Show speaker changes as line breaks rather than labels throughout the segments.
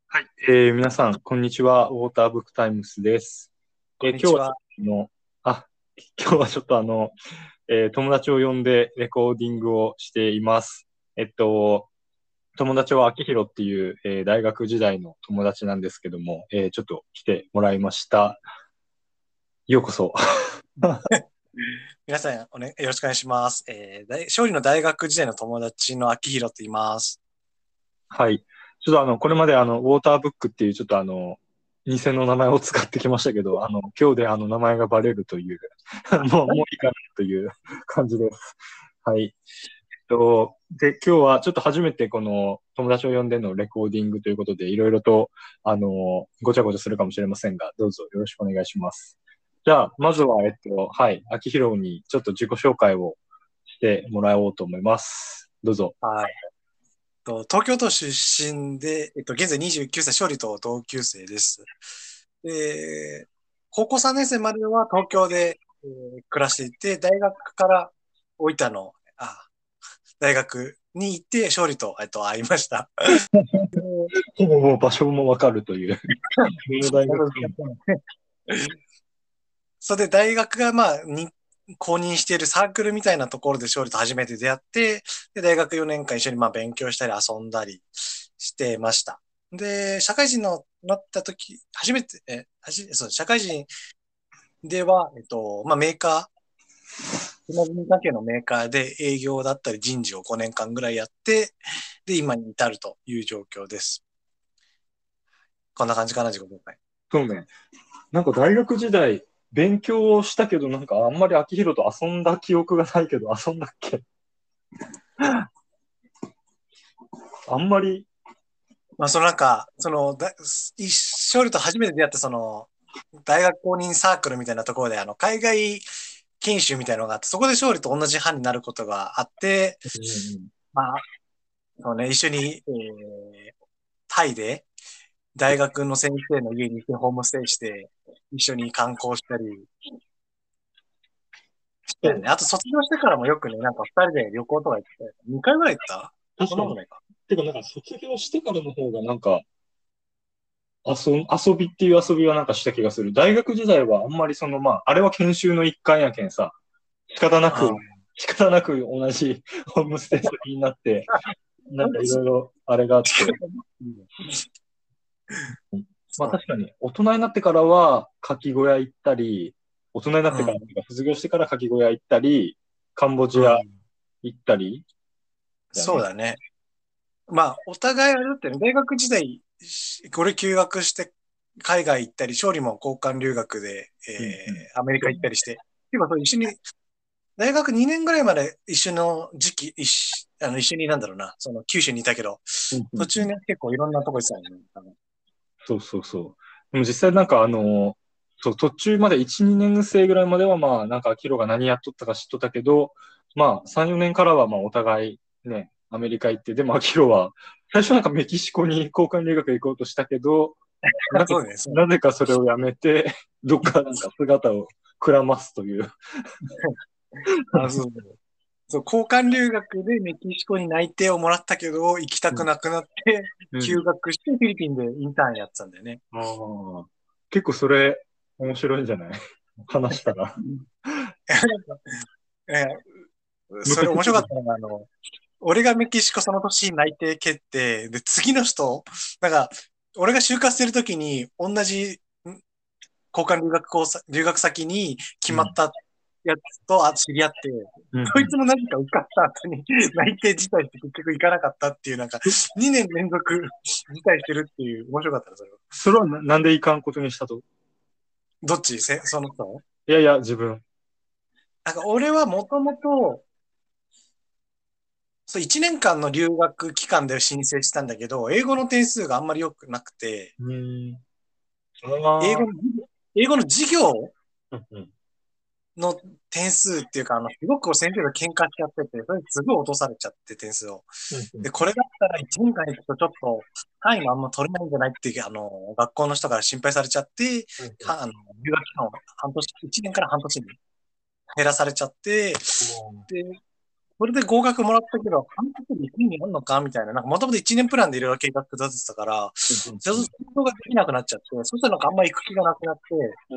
はい、皆さん、こんにちは。ウォーターブックタイムスです。今日は
こんにちは。
あ、今日はちょっと友達を呼んでレコーディングをしています。友達は秋広っていう、大学時代の友達なんですけども、ちょっと来てもらいました。ようこそ。
皆さんよろしくお願いします。勝利の大学時代の友達の秋広と言います。
はい。ちょっとこれまでウォーターブックっていうちょっと偽の名前を使ってきましたけど、今日で名前がバレるという、もういいかなという感じです。はい。で、今日はちょっと初めてこの友達を呼んでのレコーディングということで、いろいろと、ごちゃごちゃするかもしれませんが、どうぞよろしくお願いします。じゃあ、まずは、はい、秋広にちょっと自己紹介をしてもらおうと思います。どうぞ。
はい。東京都出身で、現在29歳、勝利と同級生です。高校3年生までは東京で、暮らしていて、大学から大分の、大学に行って、勝利と、会いました。で
ほぼもう場所もわかるという。どの大学か
それで大学が公認しているサークルみたいなところで勝利と初めて出会って、で、大学4年間一緒に勉強したり遊んだりしてました。で、社会人のなった時、初めて、そう、社会人では、メーカー、車人関係のメーカーで営業だったり人事を5年間ぐらいやって、で、今に至るという状況です。こんな感じかな、自己紹介。
そうね。なんか大学時代、勉強をしたけど、なんかあんまり秋広と遊んだ記憶がないけど、遊んだっけ？あんまり。
その勝利と初めて出会った大学公認サークルみたいなところで、海外研修みたいなのがあって、そこで勝利と同じ班になることがあって、
うん。
まあ、そうね、一緒に、タイで大学の先生の家に行ってホームステイして、一緒に観光したりしてね。あと卒業してからもよくね、なんか二人で旅行とか行って、2回ぐらい行った。そ
確かに。
んなことないか。
てか、なんか卒業してからの方が、なんか、遊びっていう遊びはなんかした気がする。大学時代はあんまりあれは研修の一環やけんさ、仕方なく、
あ
仕方なく同じホームステイ先になって、なんかいろいろあれがあって。まあ
そう。
確かに、大人になってからは、かき小屋行ったり、大人になってから、
うん。
卒業してからかき小屋行ったり、カンボジア
うん。
行ったり、だよね。
そうだね。お互いあれだってね、大学時代、これ休学して海外行ったり、勝利も交換留学で、
うんうん。
アメリカ
そうね。
行ったりして、結構そう一緒に、大学2年ぐらいまで一緒の時期、一緒になんだろうな、その九州にいたけど、
うんうんうん。
途中ね、結構いろんなとこ行ってたよね。
そうそうそう。でも実際なんかそう、途中まで1、2年生ぐらいまではまあなんかアキロが何やっとったか知っとったけど、まあ3、4年からはまあお互いね、アメリカ行って、でもアキロは最初なんかメキシコに交換留学行こうとしたけど、なんか
そうね、そうね。
なぜかそれをやめて、どっかなんか姿をくらますという。
そうそう。そう、交換留学でメキシコに内定をもらったけど、行きた
うん。
くなくなって、
うん。
休学してフィリピンでインターンやってたんだよね。
ああ。結構それ面白いんじゃない？話したら。
えそれ面白かっ
昔すぎる。
たのが、俺がメキシコその年内定決定で、次の人、なんか、俺が就活してる時に、同じ交換留学先に決
うん。
まったやつと知り合って、
うん。
こいつも何か受かった後に内定辞退して結局行かなかったっていう、なんか、
うん。
2年連続辞退してるっていう、面白かったな、それは。
それはなんでいかんことにしたと？
どっちその人
いやいや、自分。
なんか俺はもともと、そう、1年間の留学期間で申請したんだけど、英語の点数があんまり良くなくて、
うーん。ああ。
英語の、英語の授業
うんうん。
の点数っていうか、すごく先生が喧嘩しちゃってて、それですごい落とされちゃって点数を。
うんうん
で、これだったら1年間行くとちょっと単位もあんま取れないんじゃないっていう、学校の人から心配されちゃって、
うんうん。
は、留学期間を1年から半年に減らされちゃって、
おー。
で、 それで合格もらったけど、半年で行く意味あんのかみたいな。なんかもともと1年プランでいろいろ計画立ててたから、それ仕事ができなくなっちゃって、そしたらなんかあんま行く気がなくなって、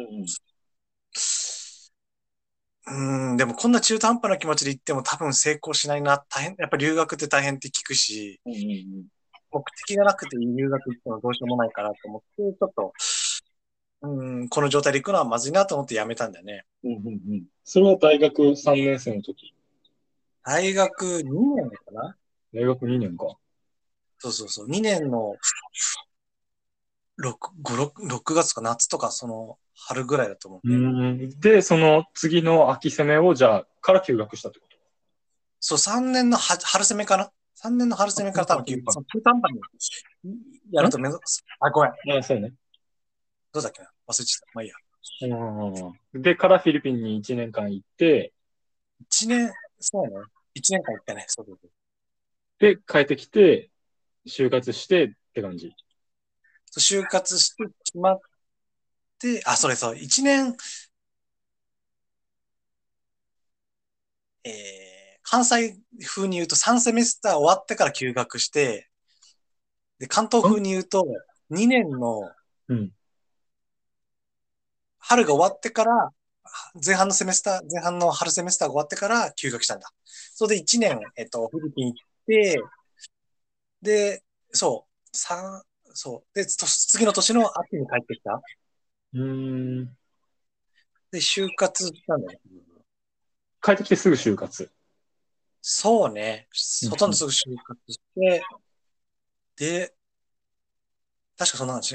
でもこんな中途半端な気持ちで行っても多分成功しないな。大変、やっぱ留学って大変って聞くし、目的がなくて留学行ってもどうしようもないかなと思って、ちょっと、この状態で行くのはまずいなと思ってやめたんだよね。
それは大学3年生の時。
大学2年かな。
大学2年か。
そうそうそう。2年の6月か夏とかその春ぐらいだと思うね。
で、その次の秋攻めをじゃあ、から休学したってこと？
そう、3年の春攻めかな。3年の春攻めから多分その中途半端にやると目指す。あ、ごめん。
そうね。
どうだっけな忘れちゃった。まあいいや。
で、からフィリピンに1年間行って、
1年、そうね。1年間行ったね。そうそうそう。
で、帰ってきて、就活してって感じ。
就活して決まって、あ、それそう、1年、関西風に言うと3セメスター終わってから休学して、で、関東風に言うと2年の春が終わってから、前半の春セメスターが終わってから休学したんだ。それで1年、フィリピン行って、で、そう、そう。で、次の年の秋に帰ってきた。で、就活したんだよね。
帰ってきてすぐ就活。
そうね。ほとんどすぐ就活して、で、確かそんな感じ。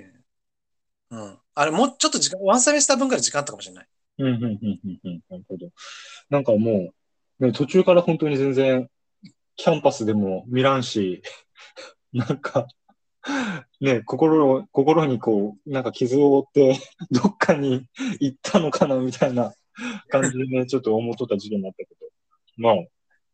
あれ、もうちょっとワンセメスター分くらい時間あったかもしれない。
なるほど。なんかもう、途中から本当に全然、キャンパスでも見らんし、なんか、ね、心にこう、なんか傷を負って、どっかに行ったのかな、みたいな感じでね、ちょっと思っとった時期になったけど、まあ、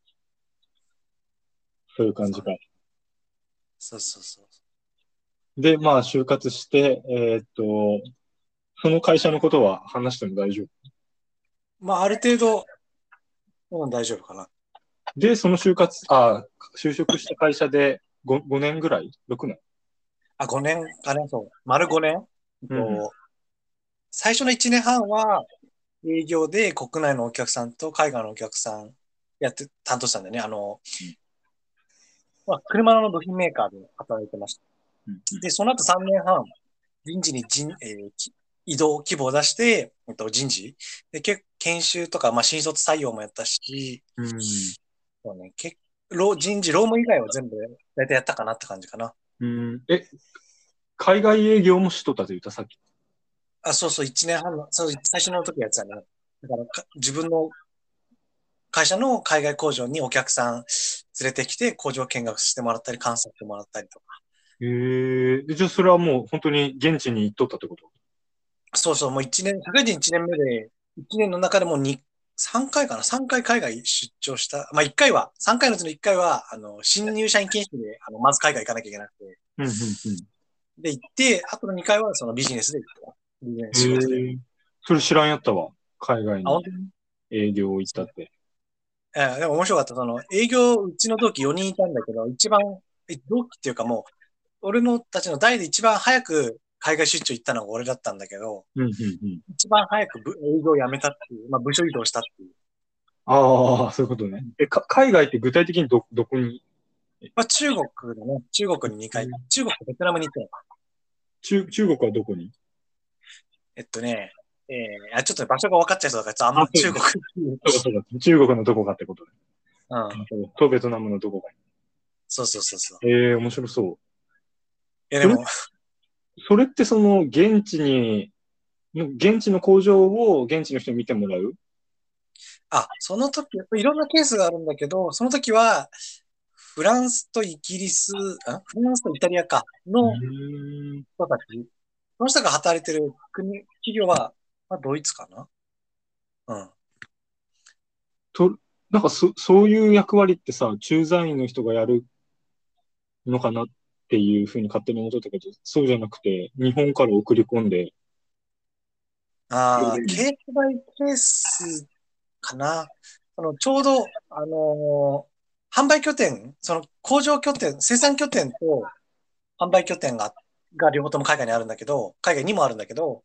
そういう感じか。
そうそうそう。
で、まあ、就活して、その会社のことは話しても大丈夫？
まあ、ある程度、大丈夫かな。
で、その就職した会社で5年ぐらい？ 6 年？
あ、5年、あれ、そう、丸5年、最初の1年半は営業で国内のお客さんと海外のお客さん担当したんだよね。車の部品メーカーで働いてました。で、その後3年半、人事に移動規模を出して、人事で、研修とか、まあ、新卒採用もやったし、そうね、人事、労務以外は全部大体やったかなって感じかな。
海外営業もしとったと言ったさっき？
あ、そうそう、1年半の、そう、最初の時やつだね。だから自分の会社の海外工場にお客さん連れてきて工場見学してもらったり、観察してもらったりとか。
じゃあそれはもう本当に現地に行っとったってこと？
そうそう、もう1年、社会人1年目で、1年の中でも3回かな？ 3 回海外出張した。まあ1回は、3回のうちの1回は、新入社員研修で、まず海外行かなきゃいけなくて。で、行って、あとの2回はそのビジネスで行った。ビジネス仕事で。
それ知らんやったわ。海外に
本当に
営業行ったって。
でも面白かった。営業、うちの同期4人いたんだけど、一番、同期っていうかもう、俺のたちの代で一番早く海外出張行ったのが俺だったんだけど、一番早く営業を辞めたっていう、まあ部署移動したっていう。
ああ、そういうことね。海外って具体的にどこに？
まあ中国でね、中国に2回、中国とベトナムに行ったのか。
中国はどこに？
えっとね、ちょっと場所が分かっちゃいそうだから、あんま中国。
そう中国のどこかってことで。とベトナムのどこかに。
そうそうそうそう。
面白そう。
でも、
それってその現地の工場を現地の人に見てもらう？
その時、いろんなケースがあるんだけど、その時は、フランスとイギリス、フランスとイタリアか、の人たち。その人が働いてる企業は、まあ、ドイツかな。
なんかそういう役割ってさ、駐在員の人がやるのかなっていうふうに勝手に思ってたけど、そうじゃなくて、日本から送り込んで。
ケースバイケースかな。 ちょうど、販売拠点、その工場拠点、生産拠点と販売拠点が両方とも海外にあるんだけど、海外にもあるんだけど、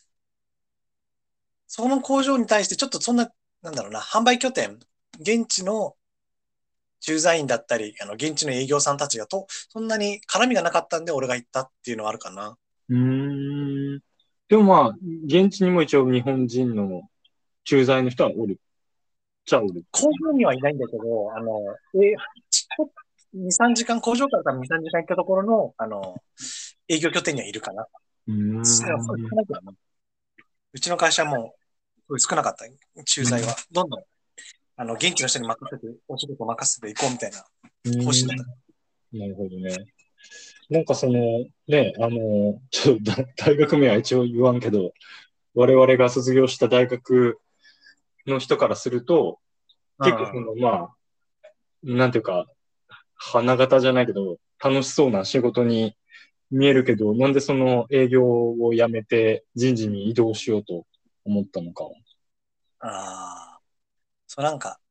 その工場に対してちょっとそんな、なんだろうな、販売拠点、現地の駐在員だったり、現地の営業さんたちがそんなに絡みがなかったんで俺が行ったっていうのはあるかな。
うーん。でもまあ、現地にも一応日本人の駐在の人はおる。じゃあおる。
工場にはいないんだけど、2、3時間、工場から多分2、3時間行ったところの、営業拠点にはいるかな。
うーん。
少ないけどね。うちの会社も少なかった。駐在は。どんどん、現地の人に任せて、お仕事任せていこうみたいな方針だった。
なるほどね。なんかその、ね、ちょっと大学名は一応言わんけど、我々が卒業した大学の人からすると、結構その、まあ、なんていうか、花形じゃないけど、楽しそうな仕事に見えるけど、なんでその営業をやめて人事に移動しようと思ったのか。
ああ、そうなんか、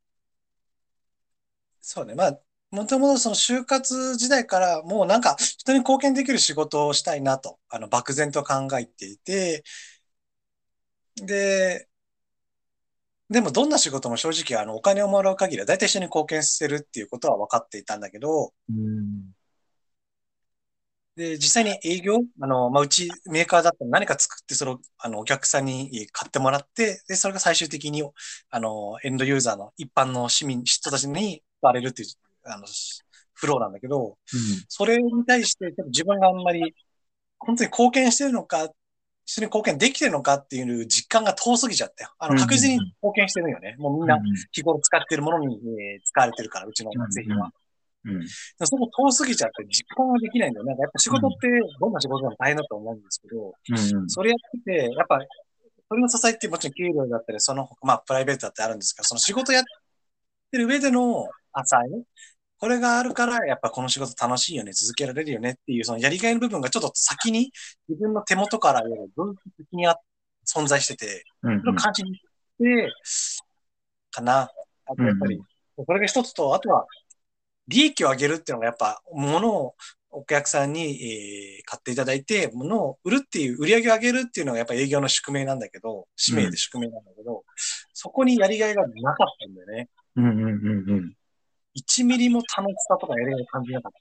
そうね。まあ、もともとその就活時代からもうなんか人に貢献できる仕事をしたいなと、漠然と考えていて、で、でもどんな仕事も正直お金をもらう限りは大体一緒に貢献してるっていうことは分かっていたんだけど、
うん。
で、実際に営業、うちメーカーだったら何か作って、お客さんに買ってもらって、で、それが最終的に、エンドユーザーの一般の人たちに使われるっていう、フローなんだけど、
うん。
それに対して、自分があんまり、本当に貢献してるのか、一緒に貢献できてるのかっていう実感が遠すぎちゃったよ。
うん。
確実に貢献してるよね。もうみんな
うん。
日頃使ってるものに、使われてるから、うちの製品は。
うん。
そこ遠すぎちゃって実感はできないんだよ。なんかやっぱ仕事ってどんな仕事でも大変だと思うんですけど、
うん。
それやってて、やっぱ、それの支えってもちろん給料だったり、その他、まあプライベートだってあるんですけど、その仕事やってる上での支え、これがあるから、やっぱこの仕事楽しいよね、続けられるよねっていう、そのやりがいの部分がちょっと先に、自分の手元からより分析的に存在してて、
うん。
それを感じに行って、かな。あとやっぱり、これが一つと、あとは、利益を上げるっていうのがやっぱ、物をお客さんに、買っていただいて、物を売るっていう、売り上げを上げるっていうのがやっぱ営業の宿命なんだけど、使命で宿命なんだけど、そこにやりがいがなかったんだよね。
うん。うん。うん。
1ミリも楽しさとかやりがいを感じなかった。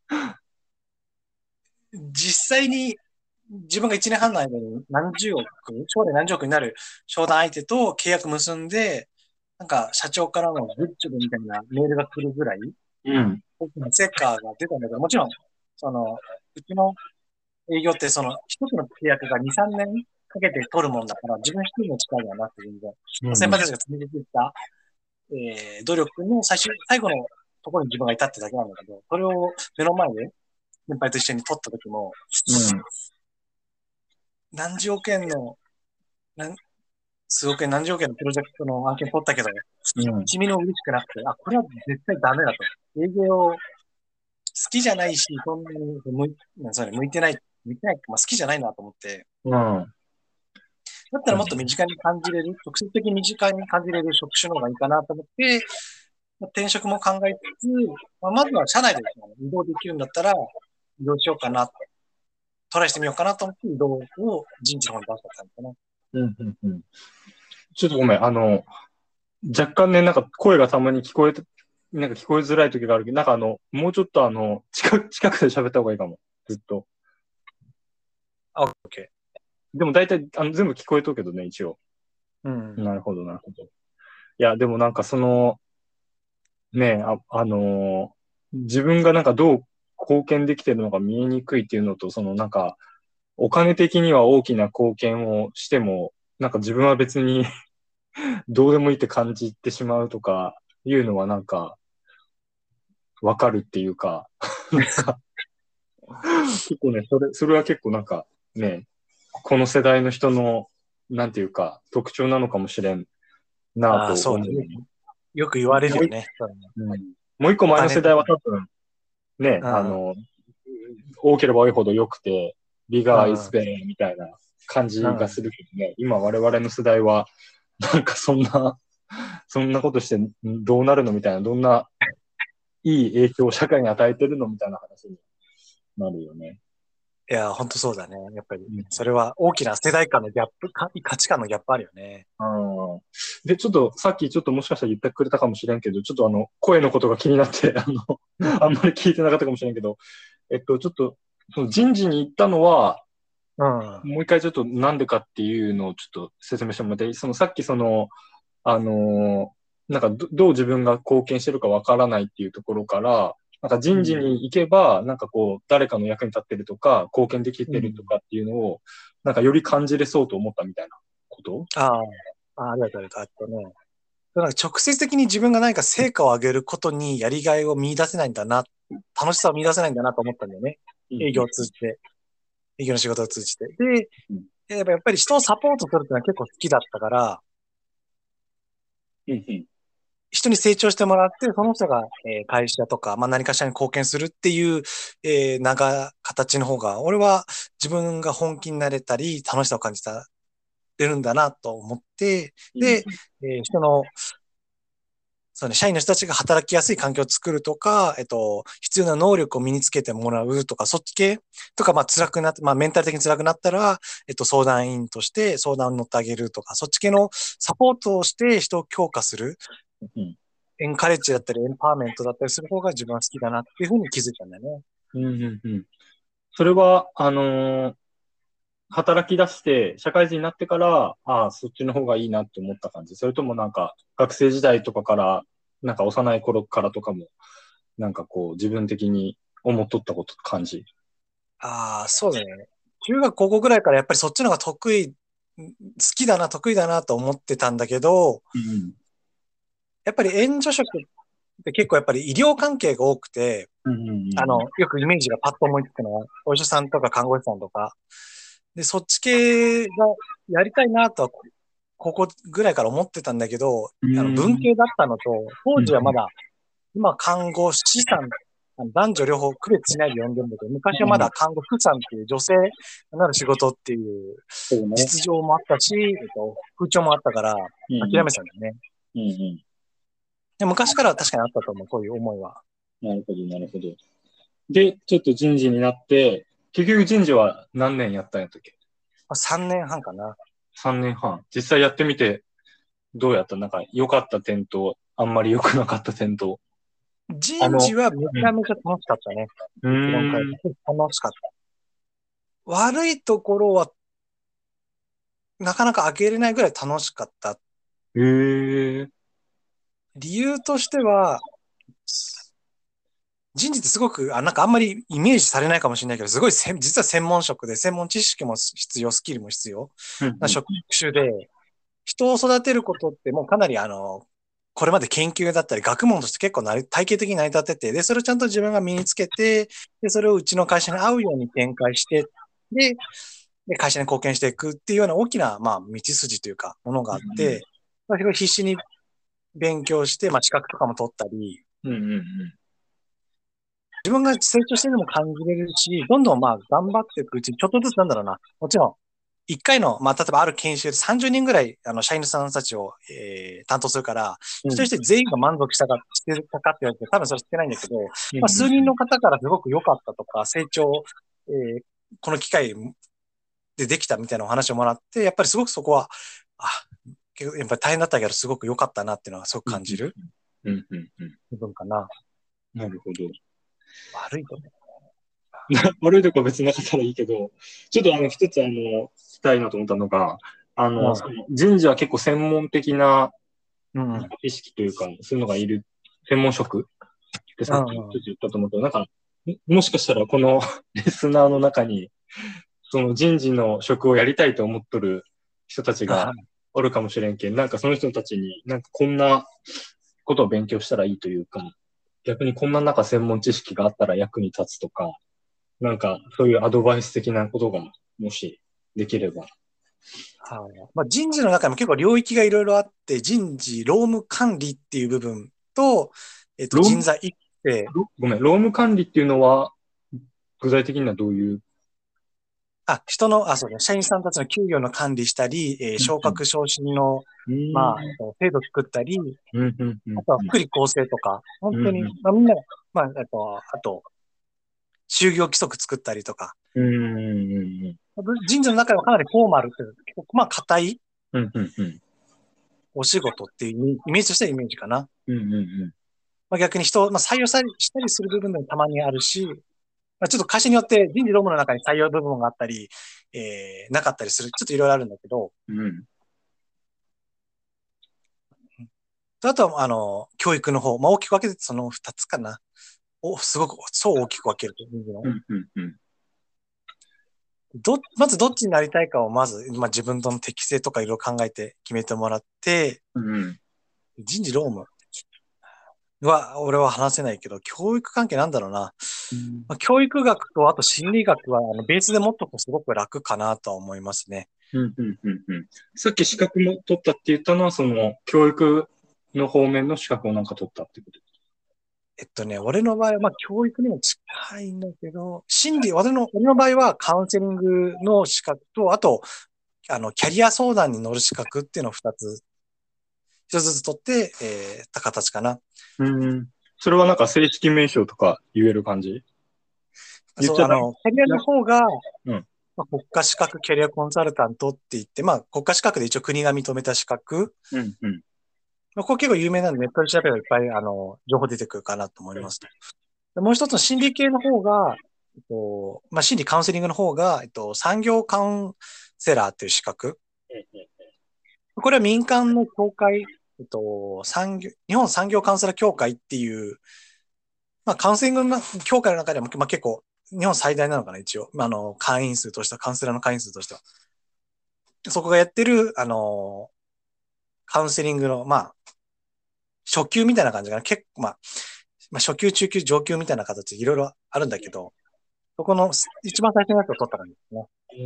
実際に自分が1年半の間に将来何十億になる商談相手と契約結んで、なんか社長からのグッジョブみたいなメールが来るぐらい、
うん。
大きな成果が出たんだけど、もちろん、うちの営業って一つの契約が2、3年かけて取るもんだから、自分一人の力ではなくて全然、
うん。
先輩たちが積み上げてきた、努力の最後のところに自分がいたってだけなんだけど、それを目の前で先輩と一緒に取った時も、何十億円の、数億円、何十億円のプロジェクトの案件取ったけど、君の嬉しくなくて、あ、これは絶対ダメだと。営業好きじゃないし、そんなに向いてない、まあ、好きじゃないなと思って、
うん。
だったらもっと身近に感じれる、直接的に身近に感じれる職種の方がいいかなと思って、転職も考えつつ、まずは社内で移動できるんだったら、移動しようかな、トライしてみようかなと思って移動を人事の方に出した感じかな。
ちょっとごめん、若干ね、なんか声がたまになんか聞こえづらい時があるけど、なんかもうちょっと近くで喋った方がいいかも。ずっと。
オッケ
でも大体、全部聞こえとるけどね、一応。
ー。うん。
なるほど、なるほど。いや、でもなんかね、自分がなんかどう貢献できてるのが見えにくいっていうのと、なんか、お金的には大きな貢献をしても、なんか自分は別にどうでもいいって感じてしまうとかいうのはなんか、わかるっていうか、なんか、結構ね、それは結構なんか、ね、この世代の人の、なんていうか、特徴なのかもしれんな
ああ、
と思う。
そうね。よく言われるよね。
もう一個前の世代は多
お金とか。
分、ね、
うんうん。
多ければ多いほど良くて、ビガーイズ
う
ベみたいな感じが
ん。
するけどね、今我々の世代は、なんかそんなそんなことしてどうなるのみたいな、どんないい影響を社会に与えてるのみたいな話になるよね。
いや、本当そうだね。やっぱり
うん、
それは大きな世代間のギャップ、価値観のギャップあるよね。
で、ちょっとさっきちょっともしかしたら言ってくれたかもしれんけど、ちょっと声のことが気になって、あんまり聞いてなかったかもしれんけど、ちょっと、その人事に行ったのは、
うん。
もう一回ちょっとなんでかっていうのをちょっと説明してもらって、さっきあのなんかどう自分が貢献してるかわからないっていうところから、なんか人事に行けば、なんかこう、誰かの役に立ってるとか、貢献できてるとかっていうのを、なんかより感じれそうと思ったみたいなこと。
ああ、ありがとう、ありがとう。ね。なんか直接的に自分が何か成果を上げることにやりがいを見出せないんだな、楽しさを見出せないんだなと思ったんだよね。営業を通じて、営業の仕事を通じて。で、やっぱり人をサポートするっていうのは結構好きだったから、人に成長してもらって、その人が、会社とか、まあ何かしらに貢献するっていう、形の方が、俺は自分が本気になれたり、楽しさを感じた、れるんだなと思って、で、人のそうね、社員の人たちが働きやすい環境を作るとか、必要な能力を身につけてもらうとか、そっち系とか、まあ辛くなって、まあメンタル的に辛くなったら、相談員として相談に乗ってあげるとか、そっち系のサポートをして人を強化する、エンカレッジだったり、エンパワーメントだったりする方が自分は好きだなっていうふうに気づいたんだよね。
それは、働き出して、社会人になってから、ああ、そっちの方がいいなって思った感じ。それともなんか、学生時代とかから、なんか幼い頃からとかも、なんかこう、自分的に思っとったこと感じ。
ああ、そうだね。中学高校ぐらいからやっぱりそっちの方が好きだな、得意だなと思ってたんだけど、
うん。
やっぱり援助職って結構やっぱり医療関係が多くて、
うんうん
よくイメージがパッと思いつくのは、お医者さんとか看護師さんとか。で、そっち系がやりたいなとは、高校ぐらいから思ってたんだけど、
うん。
文系だったのと、当
うん
時はまだ、今看護師さん、男女両方区別しないで呼んでるんだけど、昔はまだ看護婦さんっていう女性になる仕事っていう
そうね。
実情もあったし、風潮もあったから、諦めてたんだよね。
うんうん。
で昔からは確かにあったと思う、そういう思いは。
なるほど、なるほど。で、ちょっと人事になって、結局人事は何年やったんやったっけ？
3年半かな。
3 年半。実際やってみて、どうやった？なんか、良かった点と、あんまり良くなかった点と。
人事はめちゃめちゃ楽しかったね。
う
結論から
ん。
言うと楽しかった。悪いところはなかなか開けれないぐらい楽しかった。
へえ。
理由としては、人事ってすごく、なんかあんまりイメージされないかもしれないけど、すごい実は専門職で、専門知識も必要、スキルも必要
うん
な職種で、人を育てることってもうかなりこれまで研究だったり学問として結構体系的に成り立ってて、で、それをちゃんと自分が身につけて、で、それをうちの会社に合うように展開して、で、会社に貢献していくっていうような大きな、まあ、道筋というか、ものがあって、まあ、必死に勉強して、まあ、資格とかも取ったり、
うんうんうん。
自分が成長してるのも感じれるし、どんどんまあ、頑張っていくうちに、ちょっとずつなんだろうな、もちろん、一回の、まあ、例えばある研修で30人ぐらい、社員さんたちを、担当するから、一人一人全員が満足してるかって言われて、多分それしてないんだけど、まあ、数人の方からすごく良かったとか、成長、えーこの機会できたみたいなお話をもらって、やっぱりすごくそこは、あ、やっぱり大変だったけど、すごく良かったなっていうのはすごく感じる
うんうんうん。
部分かな。
なるほど。
悪いとね。
悪いとこ別になかったらいいけど、ちょっと一つ聞きたいなと思ったのが、その人事は結構専門的な
うん。うん。
意識というか、そういうのがいる、専門職ってさっきちょっと言ったと思うけど、なんか、もしかしたらこのリスナーの中に、その人事の職をやりたいと思っとる人たちがおるかもしれんけん、なんかその人たちに、なんかこんなことを勉強したらいいというか、逆にこんな中専門知識があったら役に立つとか、なんかそういうアドバイス的なことが、もしできれば。
はい。まあ、人事の中にも結構領域がいろいろあって、人事、労務管理っていう部分と、
労務、
人材育成。
ごめん、労務管理っていうのは、具体的にはどういう？
人の、そうね、社員さんたちの給与の管理したり、昇格昇進の、
うん。
まあ、制度作ったり、
うん。うん。うん。
あとは福利厚生とか、本
うん。
当に、まあみんなが、まあ、あと、就業規則作ったりとか、
うん。うん。
人事の中ではかなりフォーマルっていう、結構まあ、硬い
うん。うん。うん。
お仕事っていうイメージとしてはイメージかな。
うん。うん。
まあ、逆に人を、まあ、採用したりする部分でもたまにあるし、まあ、ちょっと会社によって人事労務の中に採用部分があったり、なかったりする。ちょっといろいろあるんだけど、
うん。
あとは、教育の方。まあ、大きく分けてその二つかな。すごく、そう大きく分けると。人事の
うん。うん。うん。
まずどっちになりたいかをまず、まあ、自分との適性とかいろいろ考えて決めてもらって、
うん。
人事労務は、俺は話せないけど、教育関係なんだろうな。
うん。
まあ、教育学と、あと心理学は、ベースで持っとくとすごく楽かなとは思いますね。
うん。うん。うん。うん。さっき資格も取ったって言ったのは、その、教育の方面の資格をなんか取ったってこと？
俺の場合は、まあ、教育にも近いんだけど、俺の場合はカウンセリングの資格と、あと、キャリア相談に乗る資格っていうのを一つずつ取って、た形かな。
うん。それはなんか正式名称とか言える感じ？言っ
そう、
ちゃダメ？
キャリアの方が、
うん。
まあ、国家資格キャリアコンサルタントって言って、まあ、国家資格で一応国が認めた資格。
うん。うん。
まあ、これ結構有名なんで、ネットで調べればいっぱい、情報出てくるかなと思いますと。でもう一つの心理系の方が、まあ、心理カウンセリングの方が、産業カウンセラーっていう資格。これは民間の協会、日本産業カウンセラー協会っていう、まあ、カウンセリングの協会の中でも、まあ、結構、日本最大なのかな、一応。まあ、会員数としては、カウンセラーの会員数としては。そこがやってる、カウンセリングの、まあ、初級みたいな感じかな。結構、まあ、初級、中級、上級みたいな形でいろいろあるんだけど、そこの一番最初のやつを取った感じですね。
うん。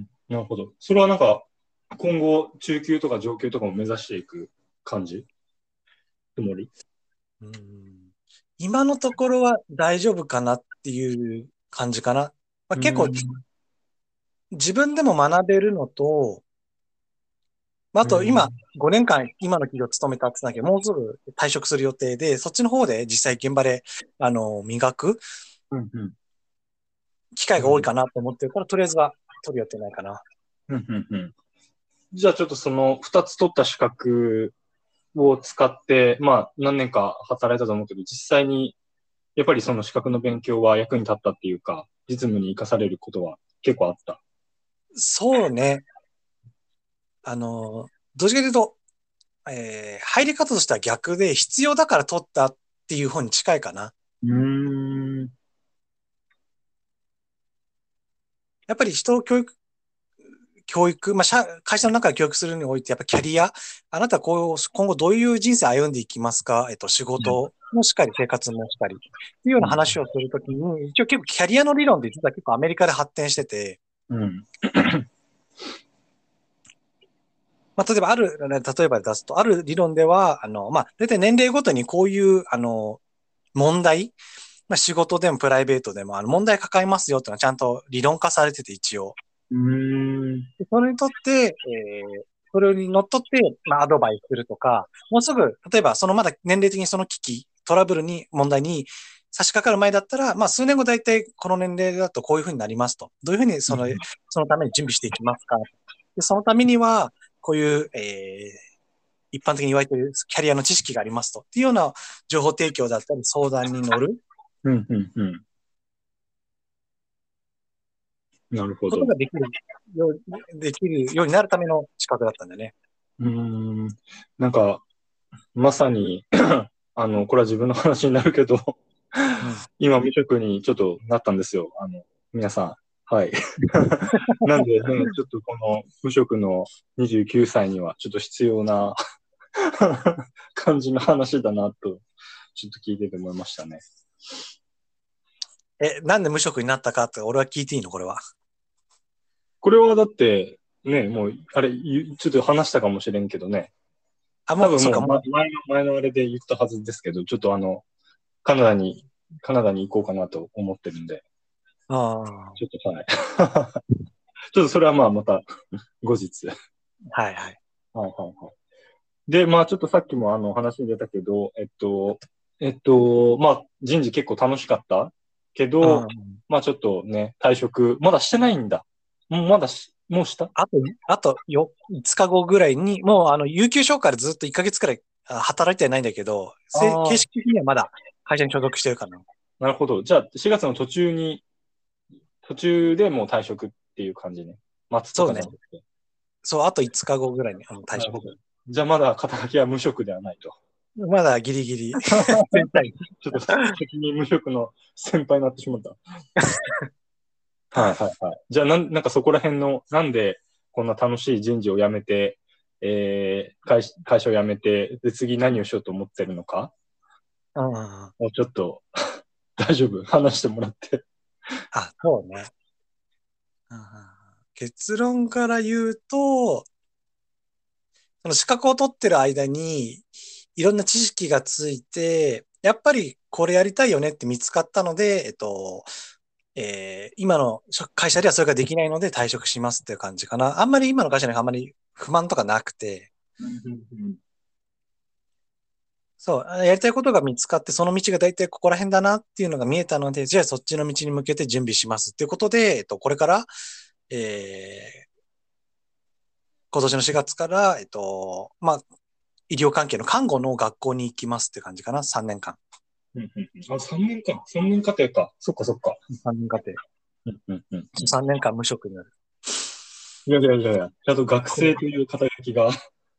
なるほど。それはなんか、今後、中級とか上級とかも目指していく感じ？つもり？
うん、今のところは大丈夫かなっていう感じかな。まあ、
う
結構
ん。
自分でも学べるのと、まあ、あ
うん。
と今5年間今の企業勤めたって言ったんだけど、もうすぐ退職する予定で、そっちの方で実際現場で、磨く
うん。うん。
機会
なるほど。
が多いかなと思ってるから、とりあえずは取る予定ないかな。
うん。うん。うん。じゃあちょっとその2つ取った資格を使って、まあ何年か働いたと思うけど、実際にやっぱりその資格の勉強は役に立ったっていうか、実務に活かされることは結構あった？
そうね。どっちかというと、入り方としては逆で必要だから取ったっていう方に近いかな。
うーん。
やっぱり人を教育、まあ、会社の中で教育するにおいて、やっぱキャリア、あなたは今後どういう人生歩んでいきますか？仕事もしっかり、生活もしっかり。っていうような話をするときに、一応結構キャリアの理論って実は結構アメリカで発展してて、
うん。
まあ、例えば出すと、ある理論では、まあ、大体年齢ごとにこういう、問題、まあ、仕事でもプライベートでも、問題抱えますよっていうのはちゃんと理論化されてて、一応。
うーん。
でそれにとって、それにのっとって、まあ、アドバイスするとか、もうすぐ、例えば、そのまだ年齢的にその危機、トラブルに、問題に差し掛かる前だったら、まあ、数年後大体この年齢だとこういうふうになりますと。どういうふうにそのために準備していきますか？で、そのためには、こういう、一般的に言われているキャリアの知識がありますと。っていうような情報提供だったり相談に乗る
うん。うん。うん。なるほど。
ことができるようになるための資格だったんだね。
うーん。なんか、まさにこれは自分の話になるけど、
うん。
今無職にちょっとなったんですよ。皆さん。はい。なんで、ね、ちょっとこの無職の29歳にはちょっと必要な感じの話だなと、ちょっと聞いてて思いましたね。
なんで無職になったかって俺は聞いていいのこれは？
これはだって、ね、もう、あれ、ちょっと話したかもしれんけどね。
あ、もう、
多分もう、
そうか、もう、
前のあれで言ったはずですけど、ちょっとカナダに、カナダに行こうかなと思ってるんで、
ああ。
ちょっとはい。 ちょっとそれはまあまた後日。はい
はいはい。
はいはい。で、まあちょっとさっきも話に出たけど、まあ人事結構楽しかったけど、
うん。
まあちょっとね、退職、まだしてないんだ。まだもうした
あと5日後ぐらいに、もう有給消化でずっと1ヶ月くらい働いてはないんだけど、形
ああ
式的にはまだ会社に所属してるかな。
なるほど。じゃあ4月の途中でもう退職っていう感じね。待つと
そうね。
かじゃなくて。
そう、あと5日後ぐらいに退職。
なるほど。じゃあまだ肩書きは無職ではないと。
まだギリギリ全体。
ちょっと先に無職の先輩になってしまった。はいはいはい。じゃあなんかそこら辺の、なんでこんな楽しい人事を辞めて、会社を辞めて、で次何をしようと思ってるのか、
うん。
もうちょっと大丈夫話してもらって。
あ、そうね。うん。結論から言うと、その資格を取ってる間に、いろんな知識がついて、やっぱりこれやりたいよねって見つかったので、今の会社ではそれができないので退職しますっていう感じかな。あんまり今の会社にあんまり不満とかなくて、そう、やりたいことが見つかって、その道が大体ここら辺だなっていうのが見えたので、じゃあそっちの道に向けて準備しますっていうことで、これから、今年の4月から、まあ、医療関係の看護の学校に行きますって感じかな。3年間。
あ、3年か。3年課程か。そっかそっか。
3年間で。
うん。
3年間無職になる。
いやいやいやいや、ちゃんと学生という肩書きが。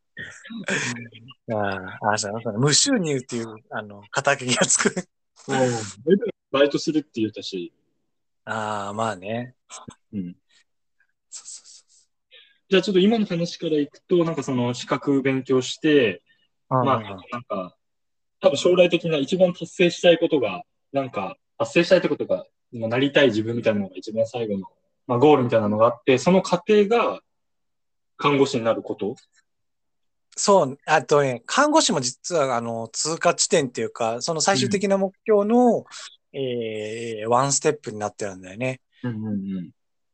そう無収入っていう、肩書きがつく。
うん。バイトするって言ったし。
ああ、まあね。
うん。
そうそう
じゃあちょっと今の話からいくと、なんかその資格勉強して、
そう。
まあなんか、多分将来的な一番達成したいことが、なんか達成したいってことが、まあなりたい自分みたいなのが一番最後の、まあゴールみたいなのがあって、その過程が看護師になること。
そう、あとね、看護師も実は、通過地点っていうか、その最終
うん。
的な目標の、ワンステップになってるんだよね。
うん。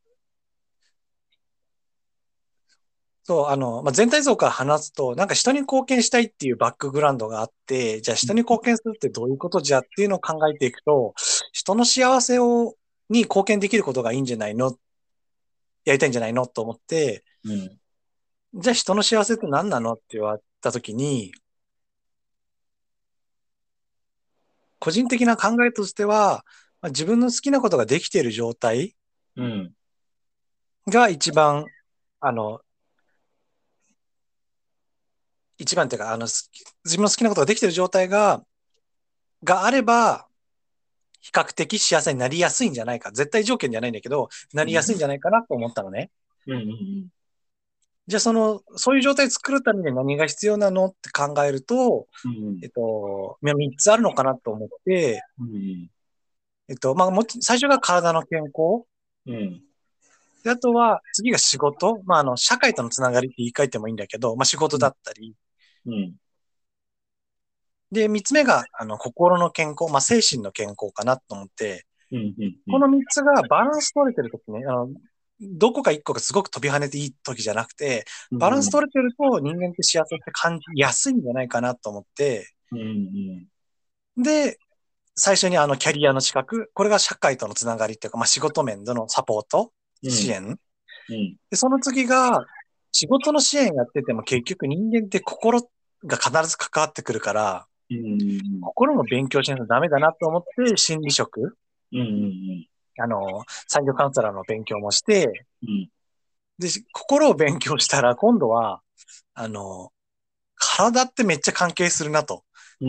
そう、まあ、全体像から話すと、なんか人に貢献したいっていうバックグラウンドがあって、じゃあ人に貢献するってどういうことじゃっていうのを考えていくと、人の幸せに貢献できることがいいんじゃないの、やりたいんじゃないのと思って、
うん。
じゃあ人の幸せって何なのって言われたときに、個人的な考えとしては、まあ、自分の好きなことができている状態
うん。
が一番、あの、一番っていうか、自分の好きなことができている状態があれば、比較的幸せになりやすいんじゃないか。絶対条件じゃないんだけど、なりやすいんじゃないかなと思ったのね。
うん。
じゃあそういう状態を作るために何が必要なのって考えると、
うん。
3つあるのかなと思って、
うん。
まあ、最初が体の健康。
うん。
であとは、次が仕事。まあ、社会とのつながりって言い換えてもいいんだけど、まあ、仕事だったり。
うん。
で、3つ目が、心の健康。まあ、精神の健康かなと思って、
うん。
この3つがバランス取れてるときね、どこか1個がすごく飛び跳ねていい時じゃなくて、バランス取れてると人間って幸せって感じやすいんじゃないかなと思って、
うん。
で、最初にキャリアの資格、これが社会とのつながりっていうか、まあ、仕事面でのサポート、
うん。
支援。
うん。
で、その次が、仕事の支援やってても結局人間って心が必ず関わってくるから、
うん。
心も勉強しないとダメだなと思って心理職、
うん。
産業カウンセラーの勉強もして、
うん。
で、心を勉強したら今度は、あの、体ってめっちゃ関係するなと。
うん。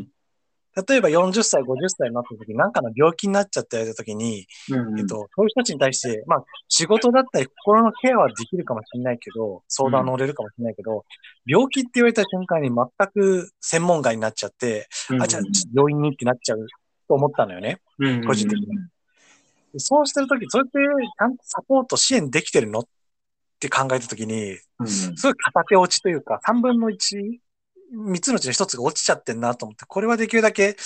例えば40歳、50歳になった時、なんかの病気になっちゃった時に、
うん。
そういう人たちに対して、まあ、仕事だったり心のケアはできるかもしれないけど、相談乗れるかもしれないけど、病気って言われた瞬間に全く専門外になっちゃって、あ、じゃあ、病院にってなっちゃうと思ったのよね。
うん。
個人的に。そうしてる時、それってちゃんとサポート支援できてるのって考えた時に、
うん。
すごい片手落ちというか、3分の1、3つのうちの1つが落ちちゃってんなと思って、これはできるだけ、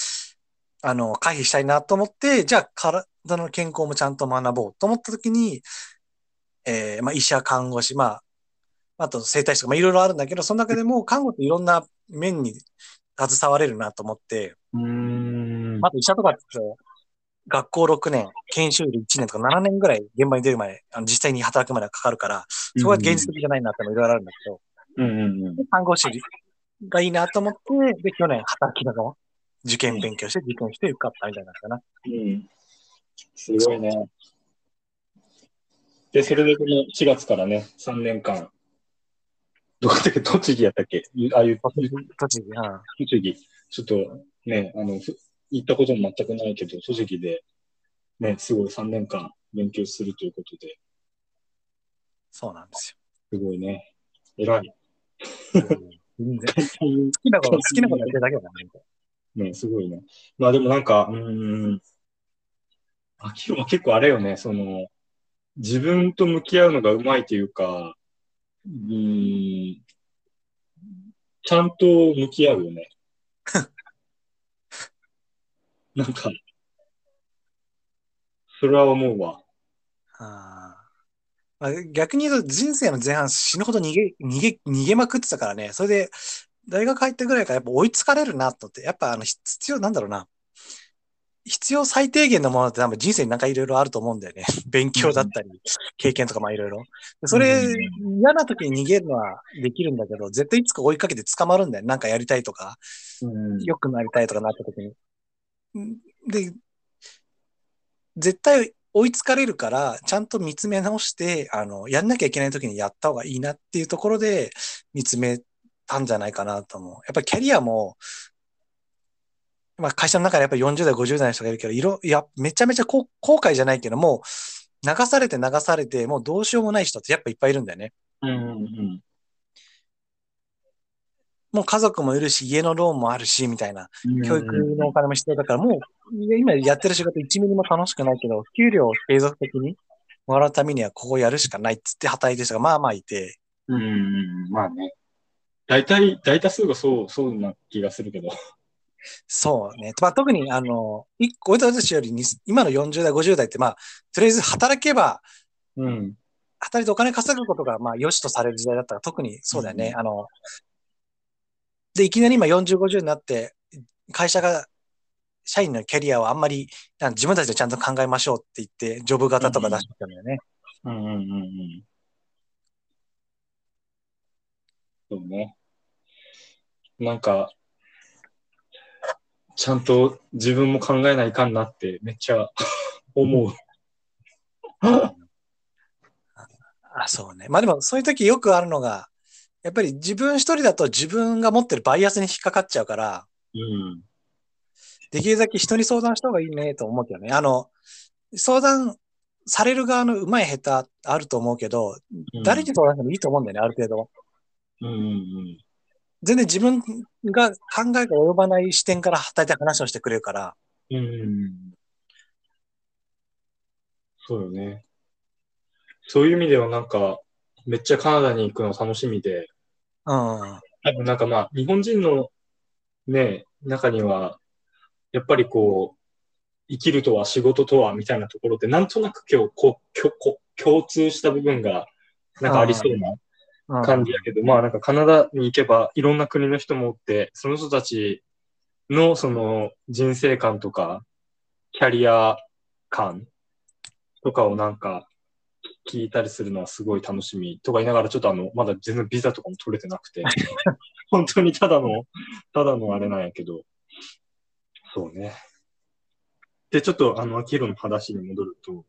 回避したいなと思って、じゃあ体の健康もちゃんと学ぼうと思った時に、 まあ医者、看護師、まあ、あと整体師とか、まあいろいろあるんだけど、その中でも看護っていろんな面に携われるなと思って、まあ、あと医者とかって学校6年、研修医1年とか7年ぐらい現場に出るまで、実際に働くまではかかるから、そこは現実的じゃないなってのもいろいろあるんだけど、看護師がいいなと思って、で、去年働きながら受験勉強して、受験して受かったみたいなんだな。
すごいね。で、それでこの4月からね、3年間、どこだっけ、栃木やったっけ、ああいう、
栃木、
栃木。ちょっとね、行ったことも全くないけど、栃木でね、すごい3年間勉強するということで。
そうなんです
よ。すごいね。偉い。
全然。好きなことやってるだけだね。
ね、すごいね。まあでもなんか、秋広は結構あれよね、自分と向き合うのがうまいというか、ちゃんと向き合うよね。なんか、それは思うわ。
まあ、逆に言うと人生の前半死ぬほど逃げまくってたからね。それで、大学入ってぐらいからやっぱ追いつかれるなと思って、やっぱ必要なんだろうな。必要最低限のものって多分人生になんかいろいろあると思うんだよね。勉強だったり、経験とかまあいろいろ。それ、嫌な時に逃げるのはできるんだけど、絶対いつか追いかけて捕まるんだよ。なんかやりたいとか、良くなりたいとかなった時に。で、絶対追いつかれるから、ちゃんと見つめ直して、やんなきゃいけない時にやった方がいいなっていうところで見つめたんじゃないかなと思う。やっぱりキャリアも、まあ会社の中でやっぱり40代、50代の人がいるけど、めちゃめちゃ後悔じゃないけども、流されて、もうどうしようもない人ってやっぱいっぱいいるんだよね。もう家族もいるし、家のローンもあるし、みたいな。教育のお金も必要だから、もう、今やってる仕事1ミリも楽しくないけど、給料を継続的にもらうためにはここやるしかないっつって働いてる人がまあまあいて。
まあね。大多数がそうな気がするけど。
そうね。まあ、特に、俺たちより今の40代、50代って、まあ、とりあえず働けば、働いてお金稼ぐことが、まあ、良しとされる時代だったら、特にそうだよね。で、いきなり今40、50になって、会社が、社員のキャリアをあんまり、自分たちでちゃんと考えましょうって言って、ジョブ型とか出してたんだよね。
そうね。なんか、ちゃんと自分も考えないかんなってめっちゃ思う。
そうね。まあでも、そういう時よくあるのが、やっぱり自分一人だと自分が持ってるバイアスに引っかかっちゃうから、できるだけ人に相談した方がいいねと思うけどね。相談される側の上手い下手あると思うけど、誰に相談してもいいと思うんだよね、ある程度は。全然自分が考えが及ばない視点から働いて話をしてくれるから。
そうよね。そういう意味ではなんか、めっちゃカナダに行くの楽しみで、多分なんかまあ、日本人のね、中には、やっぱりこう、生きるとは仕事とはみたいなところってなんとなく共通した部分がなんかありそうな感じだけど、まあなんかカナダに行けばいろんな国の人もおって、その人たちのその人生観とかキャリア観とかをなんか聞いたりするのはすごい楽しみとか言いながらちょっとまだ全然ビザとかも取れてなくて、本当にただのあれなんやけど、そうね。で、ちょっと秋広の話に戻ると、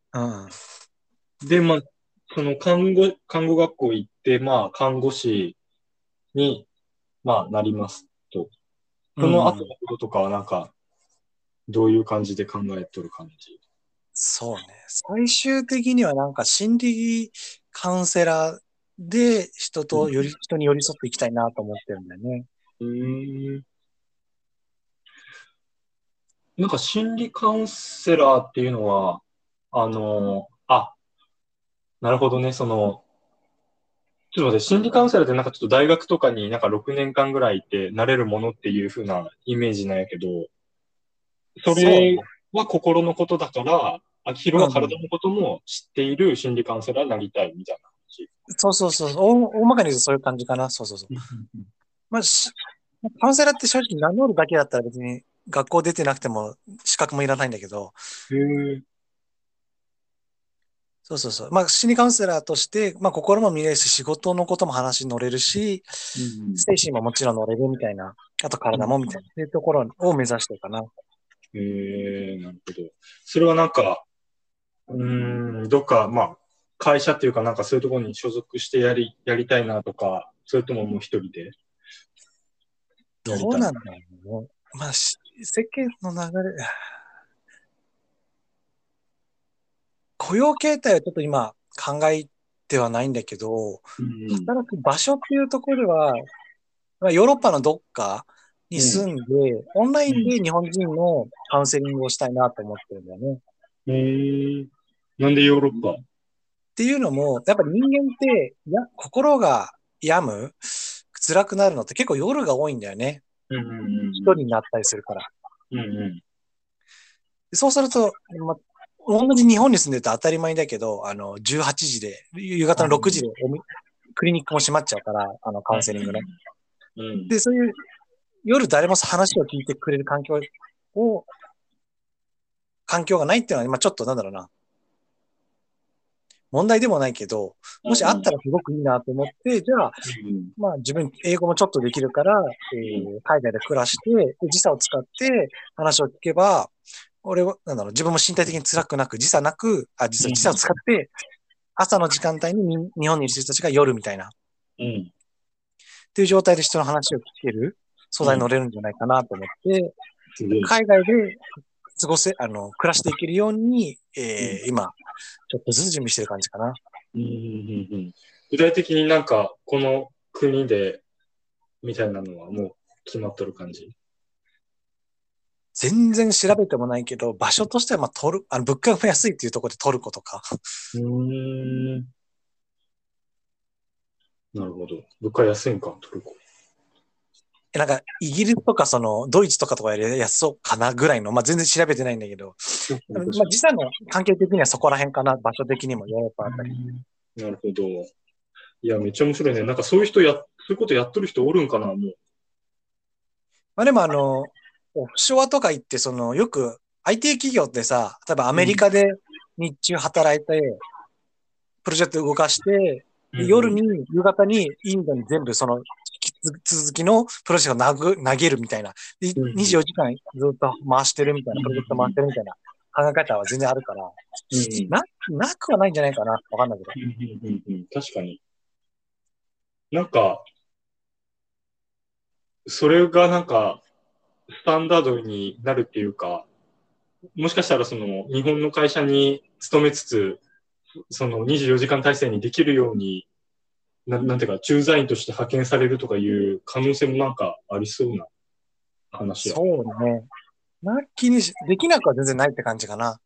で、まあ、その看護学校行って、まあ、看護師に、まあ、なりますと。その後のこととかはなんか、どういう感じで考えとる感じ？
そうね。最終的にはなんか心理カウンセラーで人に寄り添っていきたいなと思ってるんだよね。
なんか心理カウンセラーっていうのは、なるほどね、ちょっと待って、心理カウンセラーってなんかちょっと大学とかになんか6年間ぐらいいてなれるものっていう風なイメージなんやけど、それは心のことだから、 秋広は体のことも知っている心理カウンセラーになりたいみたいな話。
そうそうそう。大まかに言うとそういう感じかな。そうそうそう。まあ、カウンセラーって正直名乗るだけだったら別に学校出てなくても資格もいらないんだけど、
へえ。
そうそうそう。まあ、心理カウンセラーとして、まあ、心も見れるし、仕事のことも話に乗れるし、
うん
精神ももちろん乗れるみたいな、あと体もみたいな、そういうところを目指してるかな。
へえ、なるほど。それはなんか、どっか、まあ、会社っていうかなんかそういうところに所属してやりたいなとか、それとももう一人でやりたい。
どうなんだろうね。まあ、世間の流れ、雇用形態はちょっと今考えてはないんだけど、
うん
働く場所っていうところでは、まあヨーロッパのどっかに
うん。
住んで、オンラインで日本人のカウンセリングをしたいなと思ってるんだよね。っ
うん。なんでヨーロッパ？
ていうのも、やっぱり人間って、心が病む、辛くなるのって結構夜が多いんだよね。
うんうん
一人になったりするから。
うん。うんうん。
でそうすると、同じ日本に住んでると当たり前だけど、18時で、夕方の6時でクリニックも閉まっちゃうから、カウンセリングの。
うん。
で、そういう夜誰も話を聞いてくれる環境がないっていうのは、今ちょっとなんだろうな、問題でもないけど、もしあったらすごくいいなと思って、じゃあ、まあ自分、英語もちょっとできるから、海外で暮らして、で時差を使って話を聞けば、俺は、なんだろう、自分も身体的に辛くなく、時差を使って、朝の時間帯に日本にいる人たちが夜みたいな、っ
うん。
ていう状態で人の話を聞ける素材に乗れるんじゃないかなと思って、
すごい。
海外で暮らしていけるように、今、ちょっとずつ準備してる感じかな。
うんうんうんうん。具体的になんか、この国で、みたいなのはもう決まっとる感じ？
全然調べてもないけど、場所としては、まあ、物価が安いっていうところでトルコとか。
なるほど。物価安いんか、トルコ。
なんか、イギリスとか、ドイツとかより安そうかなぐらいの、まあ、全然調べてないんだけど、まあ、時差の関係的にはそこら辺かな、場所的にもヨーロッパあたり。
なるほど。いや、めっちゃ面白いね。なんかそういうことやっとる人おるんかな、もう。
まあ、でもオフショアとか行って、よく IT 企業ってさ、例えばアメリカで日中働いて、プロジェクト動かして、で夕方にインドに全部続きのプロジェクトを投げるみたいな。で24時間ずっと回してるみたいな、プロジェクト回してるみたいな考え方は全然あるから、なくはないんじゃないかな。わかんないけど。
確かに。なんか、それがなんか、スタンダードになるっていうか、もしかしたらその日本の会社に勤めつつ、その24時間体制にできるように、なんていうか、駐在員として派遣されるとかいう可能性もなんかありそうな話や。
そうね。できなくは全然ないって感じかな。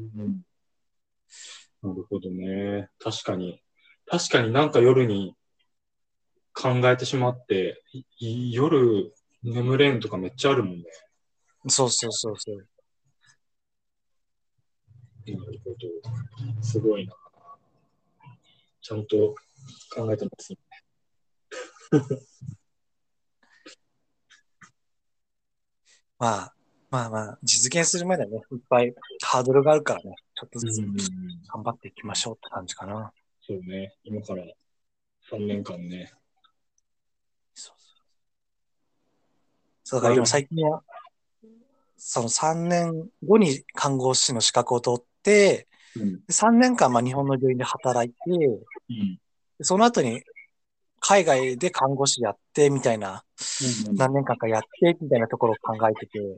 なるほどね。確かに。確かになんか夜に考えてしまって、夜眠れんとかめっちゃあるもんね。
そうそうそうそう。
なるほど。すごいな。ちゃんと考えてますね。
まあ、まあまあ、実現するまでね、いっぱいハードルがあるからね、ちょっとずつ頑張っていきましょうって感じかな。
そうね。今から3年間ね。
そうだから今最近は、その3年後に看護師の資格を取って、3年間まあ日本の病院で働いて、その後に海外で看護師やってみたいな、何年間かやってみたいなところを考えてて。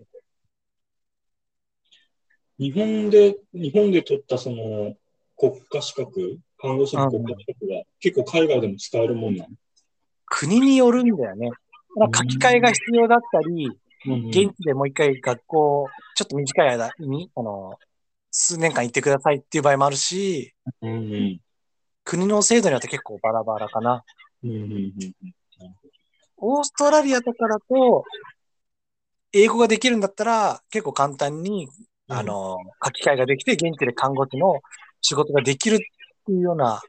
日本で取ったその国家資格、看護師の国家資格は結構海外でも使えるもんなの？
国によるんだよね。書き換えが必要だったり、現地でもう一回学校、ちょっと短い間に、数年間行ってくださいっていう場合もあるし、国の制度によって結構バラバラかな。オーストラリアとかだと、英語ができるんだったら結構簡単に
うん。
書き換えができて、現地で看護師の仕事ができるっていうような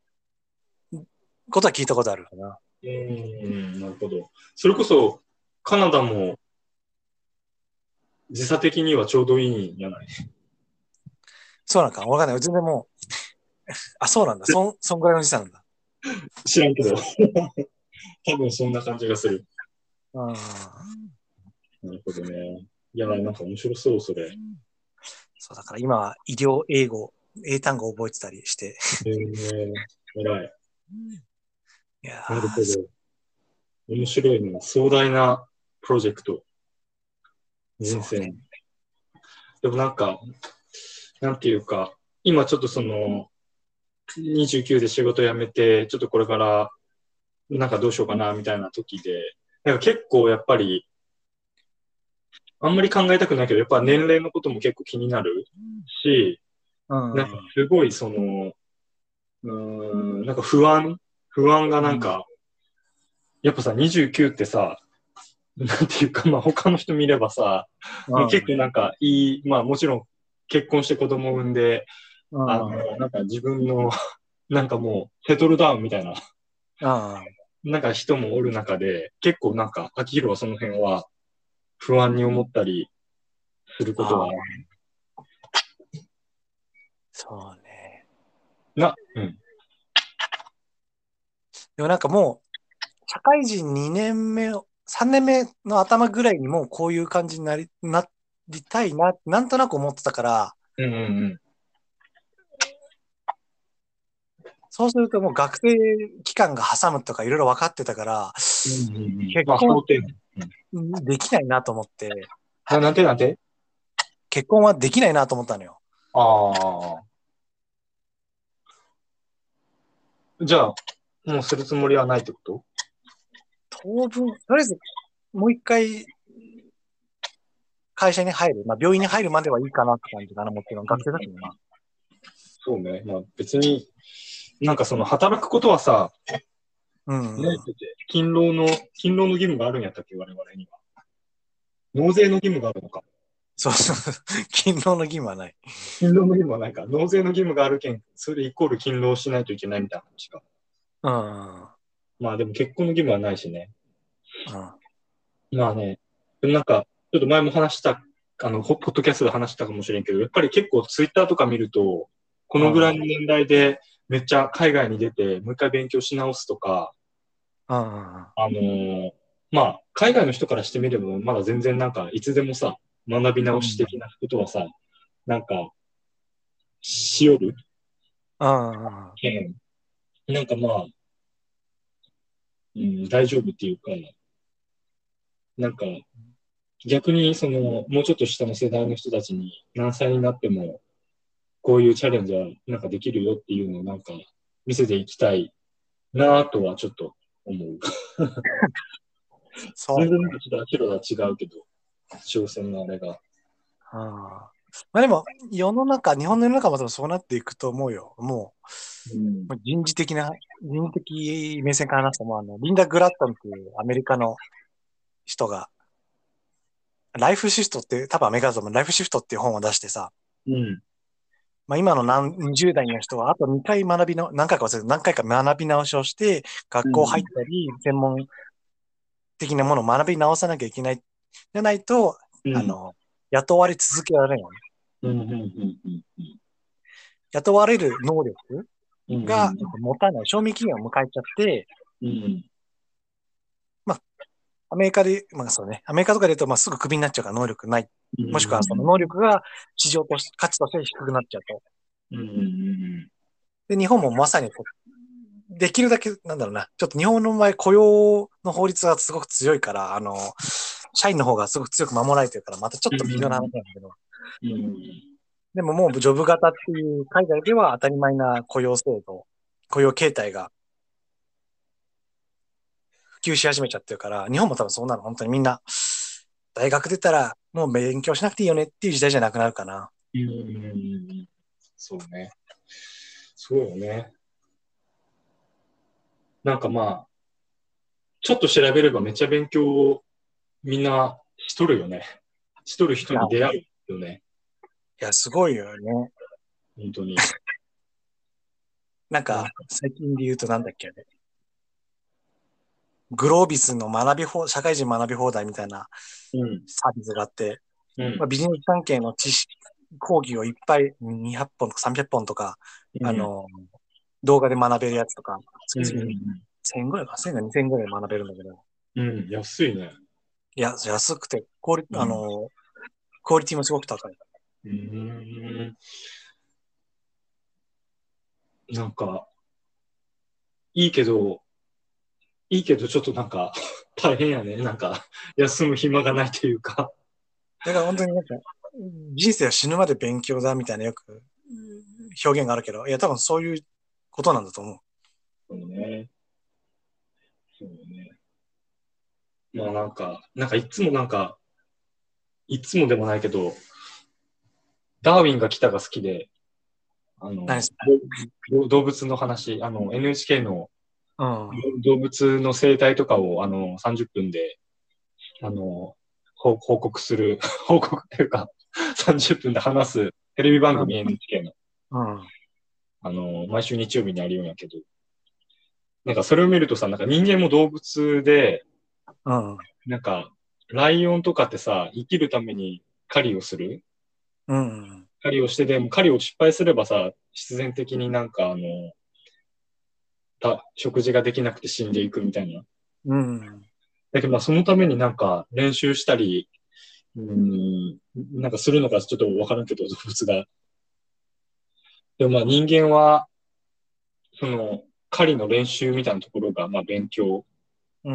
ことは聞いたことあるかな。
なるほど。それこそ、カナダも時差的にはちょうどいいんじゃない？
そうなんかわかんない。全然もう、あ、そうなんだ。そんぐらいの時差なんだ。
知らんけど。多分そんな感じがする。
うん。
なるほどね。いや、なんか面白そう、それ。
そう、だから今は医療英語、英単語を覚えてたりして。
偉い。
いや
なるほ
ー、
ど。面白いな。壮大なプロジェクト。人
そうね。
生。でもなんか、なんていうか、今ちょっとその、29で仕事辞めて、ちょっとこれからなんかどうしようかなみたいな時で、なんか結構やっぱり、あんまり考えたくないけど、やっぱ年齢のことも結構気になるし、
う
なんか
ん。
すごいその、なんか不安がなんか、やっぱさ、29ってさ、なんていうか、まあ他の人見ればさ、もう結構なんかまあもちろん結婚して子供産んで、
うん。
なんか自分の、なんかもう、セトルダウンみたいな、
うん。
なんか人もおる中で、結構なんか、秋広はその辺は不安に思ったりすることは、
ああ、そうね。
うん。
でもなんかもう、社会人2年目、3年目の頭ぐらいにもうこういう感じになりたいな、なんとなく思ってたから、
うんうん
そうするともう学生期間が挟むとかいろいろ分かってたから、
うん。うんうんうん。まあ、
結婚
想定内。うん。
できないなと思って、
なんて
結婚はできないなと思ったのよ。
ああー。じゃあ、もうするつもりはないってこと？
当分、とりあえずもう一回会社に入る、まあ病院に入るまではいいかなって感じかな、もちろん学生だしな。
そうね。まあ別に、なんかその働くことはさ、
う
ね、
ん。
勤労の義務があるんやったっけ、我々には。納税の義務があるのか。
そうそう。勤労の義務はない。
勤労の義務はないか。納税の義務があるけん、それイコール勤労しないといけないみたいな話か。
うん。うん。
まあでも結婚の義務はないしね。
うん。
まあね、でもなんか、ちょっと前も話した、ポッドキャストで話したかもしれんけど、やっぱり結構ツイッターとか見ると、このぐらいの年代でめっちゃ海外に出て、もう一回勉強し直すとか、
うん。
まあ、海外の人からしてみれば、まだ全然なんか、いつでもさ、学び直し的なことはさ、なんか、しよる
うん。
けん。なんかまあ、大丈夫っていうか、なんか、逆にその、もうちょっと下の世代の人たちに何歳になっても、こういうチャレンジはなんかできるよっていうのをなんか見せていきたいなとはちょっと思う。全然なんか
そうね。
ちょっとアキラとは違うけど、挑戦のあれが。
うん。まあでも、日本の世の中も多分そうなっていくと思うよ。
うん。
もう人事的目線から話すと、もうリンダ・グラットンっていうアメリカの人が、ライフシフトって、多分アメリカだと思う、ライフシフトっていう本を出してさ、
うん。
まあ今の20代の人は、あと2回何回か忘れて、何回か学び直しをして、学校入っ
うん。
たり、専門的なものを学び直さなきゃいけない。じゃないと、
うん。
雇われ続けられない。
うん。うん。うん。うん。
雇われる能力
うん。
が持たない、賞味期限を迎えちゃって、
うん。
まあ、アメリカで、まあそうね、アメリカとかで言うと、まあすぐクビになっちゃうから能力ない。
うん。
もしくはその
うん。
能力が市場として、価値として低くなっちゃうと。
うん。
で、日本もまさにできるだけ、なんだろうな、ちょっと日本の場合雇用の法律がすごく強いから、社員の方がすごく強く守られてるから、またちょっと微妙な話なんだけど、
うん。
でももうジョブ型っていう海外では当たり前な雇用形態が普及し始めちゃってるから、日本も多分そうなの。本当にみんな、大学出たらもう勉強しなくていいよねっていう時代じゃなくなるかな。
うん。そうね。そうよね。なんかまあ、ちょっと調べればめっちゃ勉強をみんなしとるよね。しとる人
いや、
に出会うよね。
や、すごいよね。
本当に。
なんか、
なんか、
最近で言うとなんだっけね。グロービスの社会人学び放題みたいな
うん、
サービスがあって、
うん、
まあ、ビジネス関係の知識、講義をいっぱい200本とか300本とか、
うん、
動画で学べるやつとか、
うん、
月々1000ぐらいか、1000が2000ぐらいで学べるんだけど、
うん、うん、安いね。
いや、安くて、
うん、
クオリティもすごく高い。
うーん、なんか、いいけど、いいけど、ちょっとなんか、大変やね。なんか、休む暇がないというか。
だから本当になんか、人生は死ぬまで勉強だみたいなよく表現があるけど、いや、多分そういうことなんだと思
そうね。そうね。まあなんかいつもなんか、いつもでもないけど、ダーウィンが来たが好きで、
う。何そ
動物の話、NHK の
れ。うん。
動物の生態とかを、30分で、あの、報告する、報告っていうか、30分で話すテレビ番組
うん。
NHK の、
うん。
毎週日曜日にあるようんやけど、なんかそれを見るとさ、なんか人間も動物で、
うん。
なんか、ライオンとかってさ、生きるために狩りをする
うん。
狩りをして、でも狩りを失敗すればさ、必然的になんか食事ができなくて死んでいくみたいな。
うん。
だけどまあそのためになんか練習したり、なんかするのかちょっとわからんけど、動物が。でもまあ人間は、その、狩りの練習みたいなところが、まあ勉強
うん。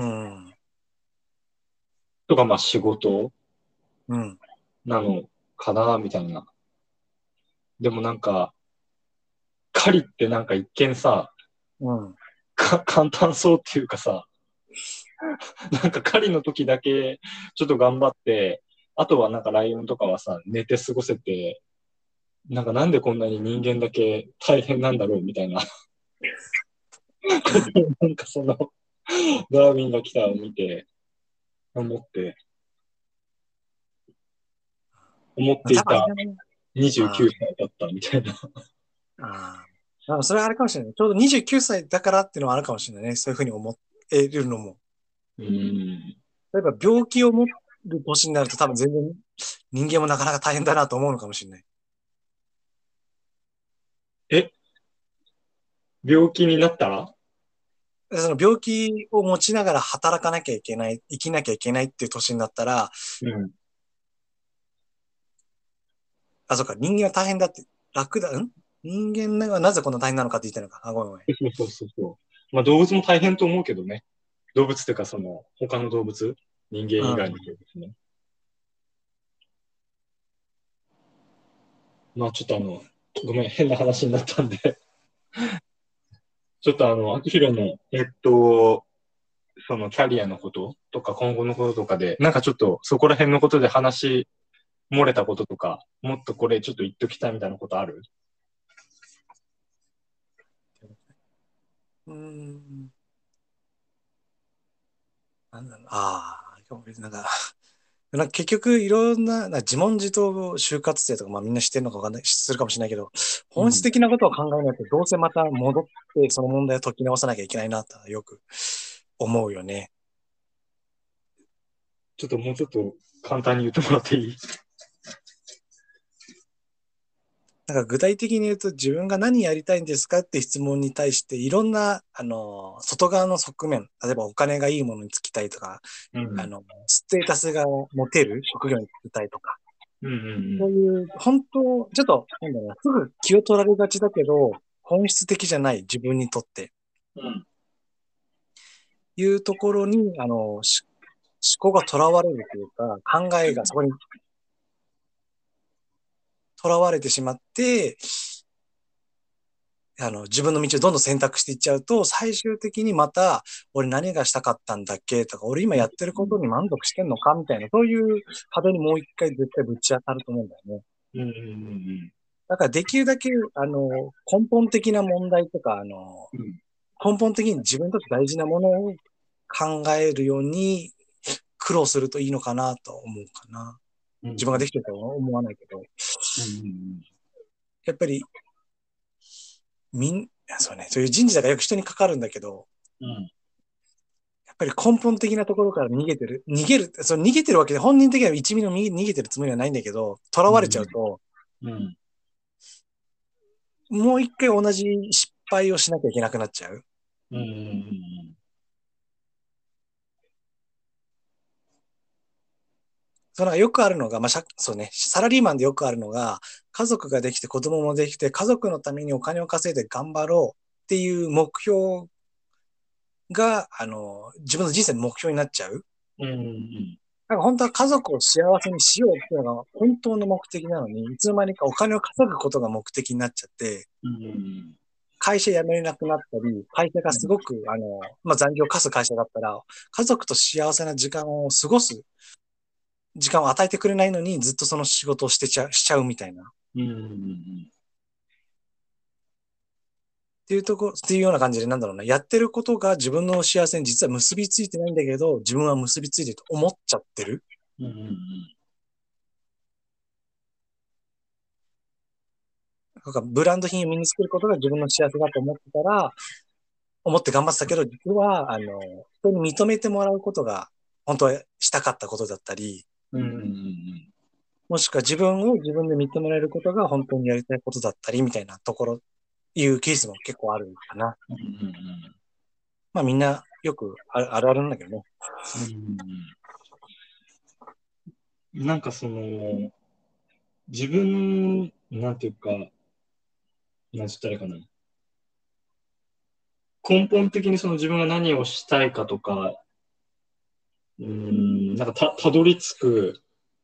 とかまあ仕事
うん。
なのかな、みたいな。でもなんか、狩りってなんか一見さ、
うん。
簡単そうっていうかさ、なんか狩りの時だけちょっと頑張って、あとはなんかライオンとかはさ、寝て過ごせて、なんかなんでこんなに人間だけ大変なんだろうみたいなことをなんかそのダーウィンが来たを見て思って、思っていた
多分あれだね。
29
あ
歳だったみたいな。
あ。ああ。でもそれはあれかもしれない。ちょうど29歳だからっていうのはあるかもしれないね。そういうふうに思えるのも。
うん。
例えば病気を持る年になると多分全然人間もなかなか大変だなと思うのかもしれない。
え、病気になったら。
その病気を持ちながら働かなきゃいけない、生きなきゃいけないっていう年になったら、
うん。
あ、そうか、人間は大変だって、楽だ、人間はなぜこんな大変なのかって言ってるのか。あ、ごめんごめん。
そうそうそうそう。まあ動物も大変と思うけどね。動物っていうかその他の動物、人間以外の動物ね。まあちょっとごめん、変な話になったんでちょっとアキヒロの、そのキャリアのこととか今後のこととかで、なんかちょっとそこら辺のことで話漏れたこととか、もっとこれちょっと言っときたいみたいなことある？
うん。なんだろう。ああ、でも別になんか、なんか結局いろんな、なんか自問自答就活生とか、まあみんな知ってるのかわかんない、するかもしれないけど、本質
うん。
的なことを考えないと、どうせまた戻ってその問題を解き直さなきゃいけないなとよく思うよね。
ちょっともうちょっと簡単に言ってもらっていい？
なんか具体的に言うと自分が何やりたいんですかって質問に対していろんな、外側の側面、例えばお金がいいものにつきたいとか、
うん。
ステータスが持てる職業に就きたいとか、
うんうん
そういう、本当、ちょっと、なんだろうな、すぐ気を取られがちだけど、本質的じゃない自分にとって
うん。うん。
いうところに、思考が囚われるというか、考えがそこに囚われてしまって、自分の道をどんどん選択していっちゃうと、最終的にまた、俺何がしたかったんだっけとか、俺今やってることに満足してんのかみたいな、そういう壁にもう一回絶対ぶち当たると思うんだよね。
うんうんうん
だからできるだけ、根本的な問題とか、
うん。
根本的に自分にとって大事なものを考えるように苦労するといいのかなと思うかな。 自分ができてるとは思わないけど、やっぱり、そうね、そういう人事だからよく人にかかるんだけど、やっぱり根本的なところから逃げてる、その逃げてるわけで、本人的には1ミリも逃げてるつもりはないんだけど、囚われちゃうと、もう一回同じ失敗をしなきゃいけなくなっちゃう。そのよくあるのが、そうね、サラリーマンでよくあるのが、家族ができて子供もできて、家族のためにお金を稼いで頑張ろうっていう目標が、自分の人生の目標になっちゃう。なんか本当は家族を幸せにしようっていうのが本当の目的なのに、いつの間にかお金を稼ぐことが目的になっちゃって、会社辞めれなくなったり、会社がすごく、残業を課す会社だったら、家族と幸せな時間を過ごす時間を与えてくれないのに、ずっとその仕事をしちゃうみたいな。っていうような感じで、なんだろうな、やってることが自分の幸せに実は結びついてないんだけど、自分は結びついてると思っちゃってる。なんかブランド品を身につけることが自分の幸せだと思って頑張ってたけど、実は、人に認めてもらうことが本当はしたかったことだったり、もしくは自分を自分で認められることが本当にやりたいことだったりみたいなところ、いうケースも結構あるかな。まあみんなよくあるあるなんだけどね。
なんか自分、なんていうか、なんつったらいいかな。根本的に自分が何をしたいかとか、なんかたどり着く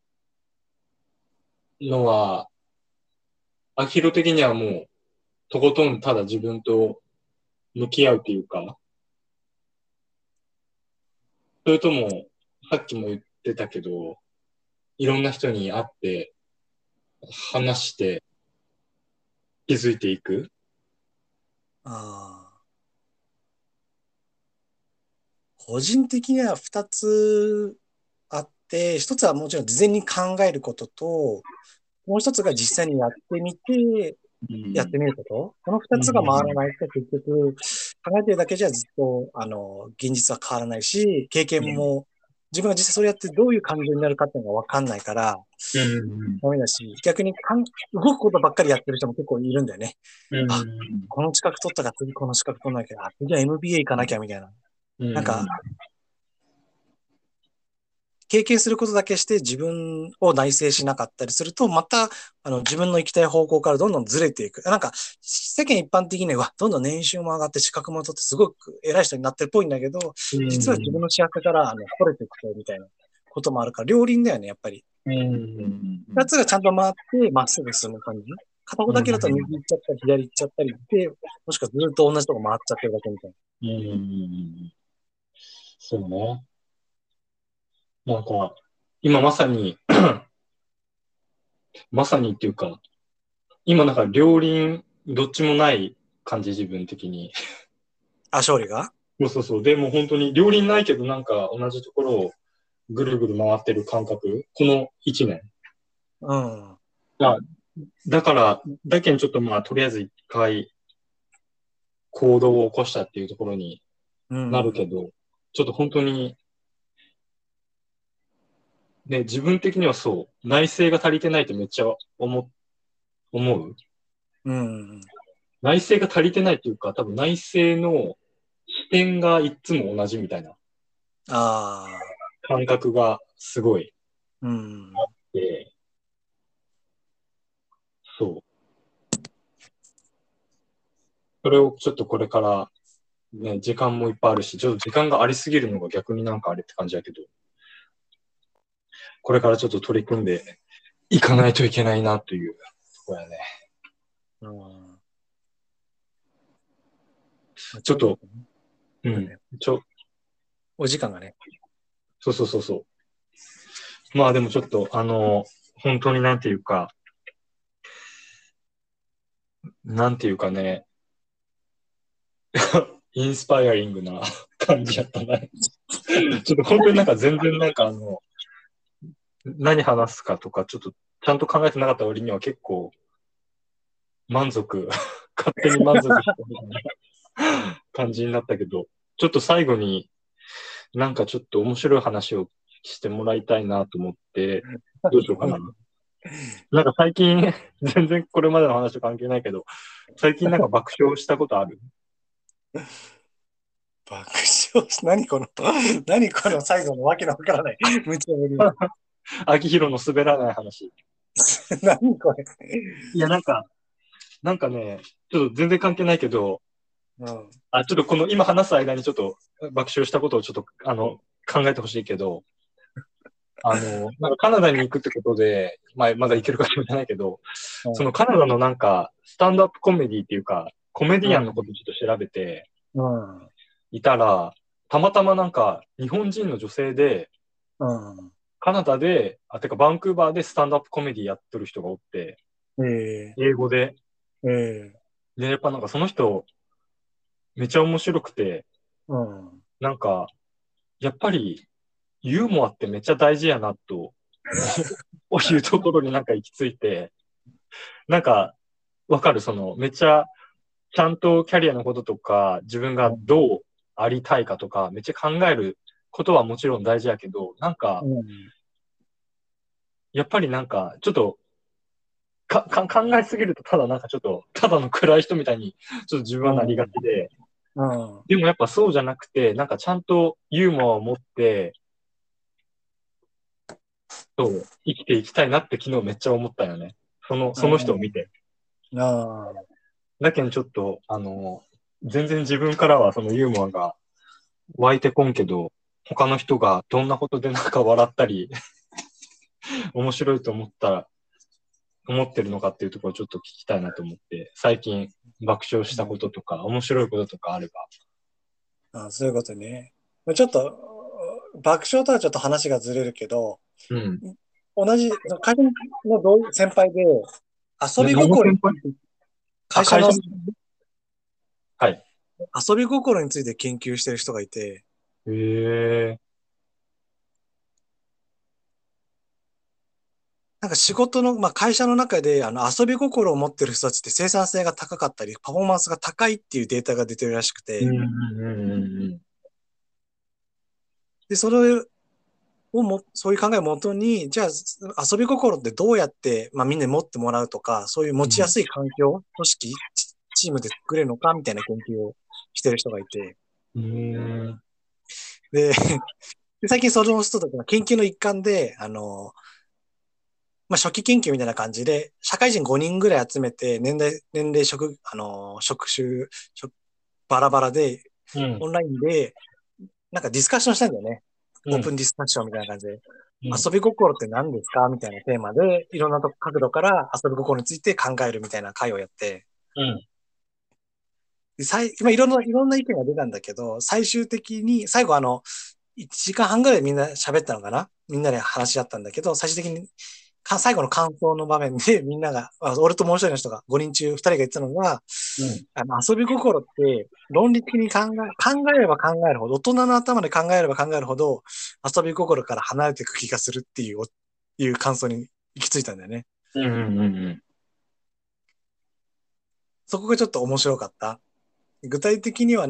のは、アキロ的にはもう、とことんただ自分と向き合うというか、それとも、さっきも言ってたけど、いろんな人に会って、話して、気づいていく。
個人的には2つあって、1つはもちろん事前に考えることと、もう1つが実際にやってみて、やってみること。この2つが回らないと結局、考えてるだけじゃずっと、現実は変わらないし、経験も、自分が実際それやってどういう感情になるかっていうのがわかんないから、ダメだし、逆に動くことばっかりやってる人も結構いるんだよね。この資格取ったから次この資格取んなきゃ、次は MBA 行かなきゃみたいな。なんか、経験することだけして自分を内省しなかったりすると、また、自分の行きたい方向からどんどんずれていく。なんか、世間一般的には、どんどん年収も上がって資格も取ってすごく偉い人になってるっぽいんだけど、実は自分の幸せから、惚れていくとみたいなこともあるから、両輪だよね、やっぱり。二つがちゃんと回って、まっすぐ進む感じ。片方だけだと右行っちゃったり、左行っちゃったりで、もしくはずっと同じとこ回っちゃってるだけみたいな。
そうね。なんか、今まさにまさにっていうか、今なんか両輪、どっちもない感じ、自分的に。
勝利が
そう。でも本当に両輪ないけど、なんか同じところをぐるぐる回ってる感覚、この1年。だから、だけにちょっととりあえず一回行動を起こしたっていうところになるけど、ちょっと本当に、ね、自分的にはそう、内省が足りてないってめっちゃ思う。内省が足りてないっていうか、多分内省の視点がいつも同じみたいな感覚がすごいあって、そう。それをちょっとこれから、ね、時間もいっぱいあるし、ちょっと時間がありすぎるのが逆になんかあれって感じだけど、これからちょっと取り組んでいかないといけないなというところやね。ちょっと、
お時間がね。
そう。まあでもちょっと、本当になんていうかね、インスパイアリングな感じやったね。ちょっと本当になんか全然なんか何話すかとか、ちょっとちゃんと考えてなかった割には結構満足、勝手に満足したみたいな感じになったけど、ちょっと最後になんかちょっと面白い話をしてもらいたいなと思って、どうしようかな。なんか最近、全然これまでの話と関係ないけど、最近なんか爆笑したことある？
爆笑し、何この最後のわけのわからない。無茶ぶり。
秋広の滑らない話。
何これ。
いや、なんかね、ちょっと全然関係ないけど、
うん。
ちょっとこの今話す間にちょっと爆笑したことをちょっと、考えてほしいけど、なんかカナダに行くってことで、まあ、まだ行けるかもしれないけど、そのカナダのなんか、スタンドアップコメディっていうか、コメディアンのことをちょっと調べて
うん。
いたら、たまたまなんか、日本人の女性で、
うん。
カナダで、てかバンクーバーでスタンドアップコメディやってる人がおって、
え
英語で。
え
で、やっぱなんかその人、めちゃ面白くて、
うん。
なんか、やっぱり、ユーモアってめっちゃ大事やなと、いうところになんか行き着いて、なんか、わかるその、めっちゃ、ちゃんとキャリアのこととか、自分がどうありたいかとか、めっちゃ考えることはもちろん大事やけど、なんか、
うん。
やっぱりなんか、ちょっと、考えすぎると、ただなんかちょっと、ただの暗い人みたいに、ちょっと自分はなりがちで、
うん。
でもやっぱそうじゃなくて、なんかちゃんとユーモアを持って、そう、生きていきたいなって昨日めっちゃ思ったよね。その人を見て。
ああ。
だけどちょっと、全然自分からはそのユーモアが湧いてこんけど、他の人がどんなことでなんか笑ったり、面白いと思ってるのかっていうところをちょっと聞きたいなと思って、最近爆笑したこととか、面白いこととかあれば。
ああ、そういうことね。ちょっと、爆笑とはちょっと話がずれるけど、
うん。
同じ、会社の先輩で、遊び
何の
心に、
先輩？
会社の
会社の。はい。
遊び心について研究してる人がいて、
へえ。
なんか仕事の、まあ、会社の中で、遊び心を持ってる人たちって生産性が高かったり、パフォーマンスが高いっていうデータが出てるらしくて、
うんうんうんうん
で、そういう考えをもとに、じゃあ、遊び心ってどうやって、まあ、みんなに持ってもらうとか、そういう持ちやすい環境、組織、チームで作れるのか、みたいな研究をしてる人がいて、
うん。
で、最近その人たちが研究の一環で、まあ、初期研究みたいな感じで、社会人5人ぐらい集めて、年齢、職種、バラバラで、
うん。
オンラインで、なんかディスカッションしたんだよね。
うん。
オープンディスカッションみたいな感じで。
うん。
遊び心って何ですかみたいなテーマで、いろんな角度から遊び心について考えるみたいな会をやって、
うん。
まあ、いろんな意見が出たんだけど、最終的に、最後1時間半ぐらいみんな喋ったのかなみんなで話し合ったんだけど、最終的に最後の感想の場面でみんなが、俺ともう一人の人が、5人中2人が言ってたのが、
うん。
遊び心って論理的に考えれば考えるほど、大人の頭で考えれば考えるほど、遊び心から離れていく気がするっていう感想に行き着いたんだよね。
うん。うん。
そこがちょっと面白かった。具体的には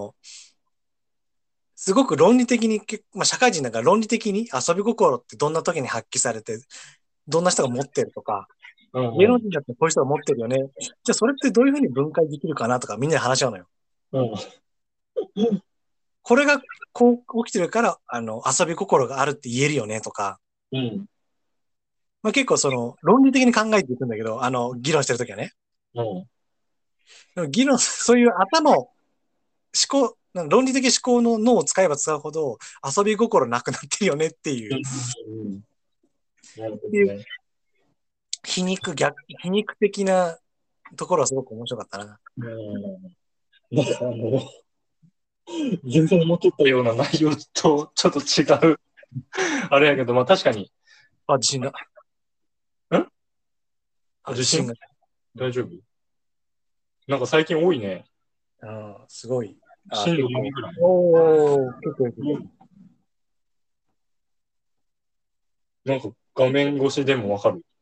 すごく論理的に、まあ、社会人だから論理的に遊び心ってどんな時に発揮されて、どんな人が持ってるとか、
うん。
芸能人だってこういう人が持ってるよね。じゃあそれってどういうふうに分解できるかなとかみんなで話し合うのよ。
うん。
これがこう起きてるから、遊び心があるって言えるよねとか、
うん。
まあ、結構論理的に考えていくんだけど、議論してるときはね。
うん。
でもそういう考、論理的思考の脳を使えば使うほど遊び心なくなってるよねっていう、っ
うん。なるほ
ていう
どね。
皮肉的なところはすごく面白かったな。
うん。なんか全然思ってたような内容とちょっと違う、あれやけど、まあ確かに。
あ、自信が。
ん
自信が。
大丈夫？なんか最近多いね。
すごい。
震度
結構。
何ぐらい？
おー、結構。
うん。なんか画面越しでもわかる？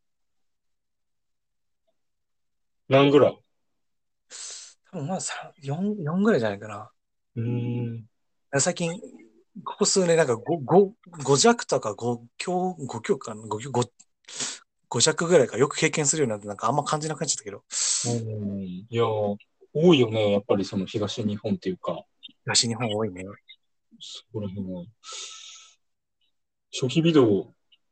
何ぐらい？
多分まあ4ぐらいじゃないかな。
うーん。
最近、ここ数年なんか5弱とか5強かな、5弱ぐらいかよく経験するようになって、なんかあんま感じなくなっちゃったけど、
うん。いや、多いよね。やっぱりその東日本っていうか、
東日本多いね。
そこら辺は。初期微動、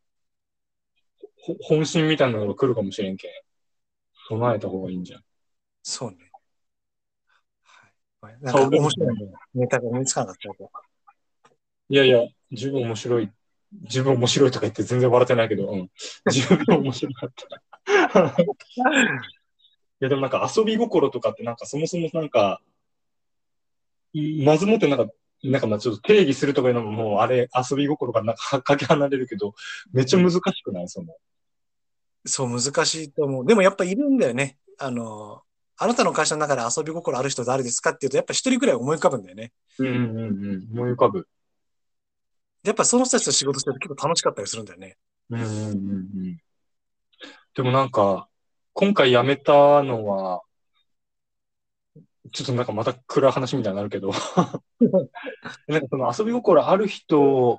本心みたいなのが来るかもしれんけん。備えた方がいいんじゃん。
そうね。はい。なんか
顔でもね。
面白いね。ネタが思いつかなかったけど。
いやいや、十分面白い。十分面白いとか言って全然笑ってないけど、うん。十分面白かった。いや、でもなんか遊び心とかってなんかそもそもなんか、まずもってなんかまあちょっと定義するとかいうのももうあれ遊び心がなんかかけ離れるけど、めっちゃ難しくないその？
そう、難しいと思う。でもやっぱいるんだよね。あなたの会社の中で遊び心ある人誰ですかっていうと、やっぱ一人くらい思い浮かぶんだよね。
うんうんうん。思い浮かぶ。
やっぱその人たちと仕事してると結構楽しかったりするんだよね。
うんうんうんうん。でもなんか、今回辞めたのは、ちょっとなんかまた暗い話みたいになるけど、なんかその遊び心ある人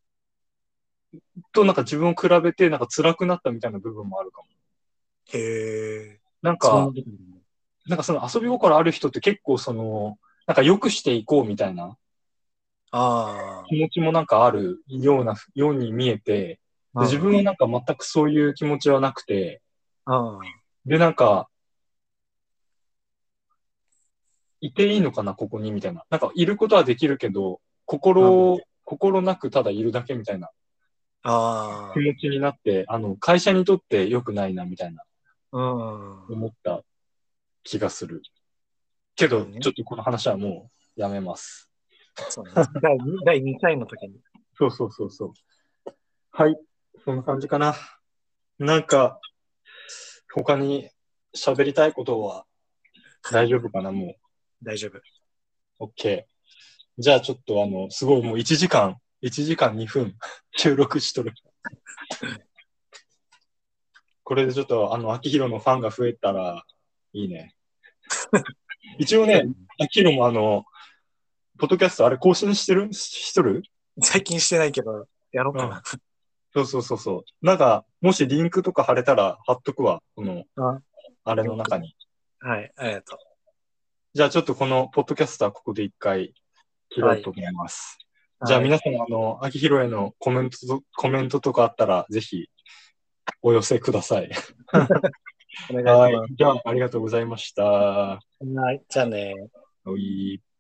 となんか自分を比べてなんか辛くなったみたいな部分もあるかも。
へえ、
なんか、
そんなことないね。
なんかその遊び心ある人って結構その、なんか良くしていこうみたいな
あ
気持ちもなんかあるように見えて、で、自分
あ、
はなんか全くそういう気持ちはなくて、
ああ、
で、なんか、いていいのかな、ここに、みたいな。なんか、いることはできるけど、
ああ、
心なくただいるだけみたいな気
あ
持ちになって、会社にとって良くないな、みたいな、
あ、うん。
思った気がする。けど、
なるほどね。
ちょっとこの話はもうやめます。
そうね。第2回の時に。
そうそうそうそう。はい。そんな感じかな。なんか、他に喋りたいことは大丈夫かな、も
大丈夫。
う？OK。じゃあちょっとすごいもう1時間2分収録しとる。これでちょっと秋広のファンが増えたらいいね。一応ね、
そうね。
秋広もポッドキャストあれ更新しとる？
最近してないけど、やろう
うん。
かな。
そうそうそうそう。なんか、もしリンクとか貼れたら貼っとくわ。
あ、
あれ
了解。
の中に。
はい、ありがと
じゃあちょっとこのポッドキャストはここで一回切
う。はい、
ろうと思います。じゃあ
はい。
皆さん、秋広へのコメントとかあったら、ぜひお寄せください。
お願いし
はい。
ます。
じゃあ、ありがとうございました。
はい、じゃあね。
はい。